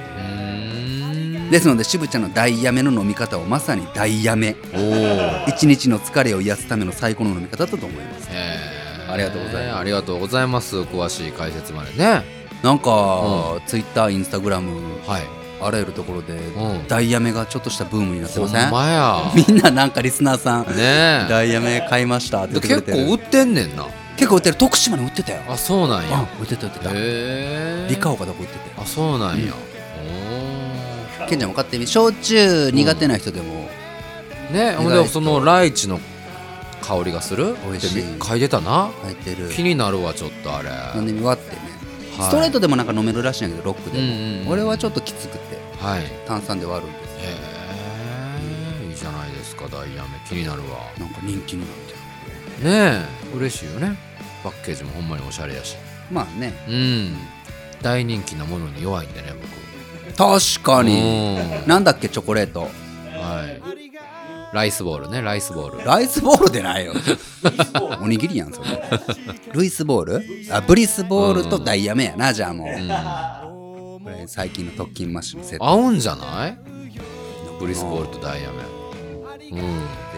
Speaker 1: ですので渋ちゃんのダイヤメの飲み方はまさにダイヤメ。一日の疲れを癒すための最高の飲み方だと思います。ありがとうございます。
Speaker 2: ありがとうございます。詳しい解説までね。
Speaker 1: なんか、うん、ツイッター、インスタグラム、はい、あらゆるところで、うん、ダイヤメがちょっとしたブームになってません？
Speaker 2: ほんまや。
Speaker 1: みんななんかリスナーさん、ね、ダイヤメ買いましたって言ってくれてる。
Speaker 2: 結構売ってんねんな。
Speaker 1: 結構売ってる。徳島に売ってたよ。
Speaker 2: あ、そうなんや。
Speaker 1: 売ってた売ってた。へー。リカオかどこ売ってて。
Speaker 2: あ、そうなんや。
Speaker 1: うん、ケンちゃんも買ってみ。焼酎苦手な人でも、
Speaker 2: うん、ね、ほんでそのライチの香りがする。
Speaker 1: 美味しい。
Speaker 2: 嗅いでたな。
Speaker 1: 嗅いでる。
Speaker 2: 気になるわちょっとあれ。
Speaker 1: 飲んでみ割ってね、はい、ストレートでもなんか飲めるらしいんだけどロックでも、うんうんうん、俺はちょっときつくて、はい、炭酸で割るんです。
Speaker 2: へえ、いいじゃないですかダイヤメ。気になるわ。
Speaker 1: なんか人気になって
Speaker 2: るね。え嬉しいよね。パッケージもほんまにおしゃれやし。
Speaker 1: まあね、
Speaker 2: うん、大人気なものに弱いんでね僕。
Speaker 1: 確かに。なんだっけチョコレート。はい。
Speaker 2: ライスボールね。ライスボール。
Speaker 1: ライスボールでないよ。おにぎりやんそれ。ルイスボール？あ、ブリスボールとダイヤメやな、じゃあもう。うん、これ最近の特勤マッシュのセット。
Speaker 2: 合うんじゃない？ブリスボールとダイヤメ。うん。ね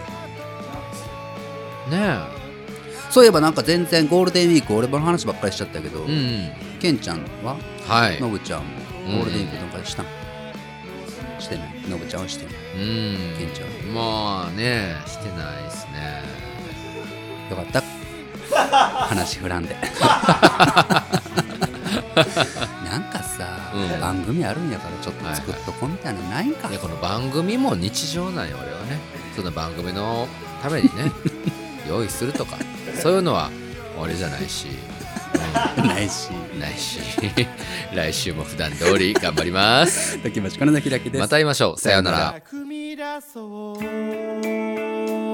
Speaker 2: え。
Speaker 1: そういえばなんか全然ゴールデンウィーク俺の話ばっかりしちゃったけど、うんうん、ケンちゃんは？はい。ノブちゃんもゴールデンウィークとかしたん？してない。ノブちゃんはしてない。うん。ケンちゃん
Speaker 2: はまあね、してないですね。
Speaker 1: よかった話振らんでなんかさ、うん、番組あるんやからちょっと作っとこうみたいなのないんか。
Speaker 2: いやこの番組も日常なんよ俺はね。その番組のためにね用意するとかそういうのは俺じゃないし、
Speaker 1: ないし
Speaker 2: ないし来週も普段通り頑張ります
Speaker 1: 時町この開きです。
Speaker 2: また会いましょう。さようなら。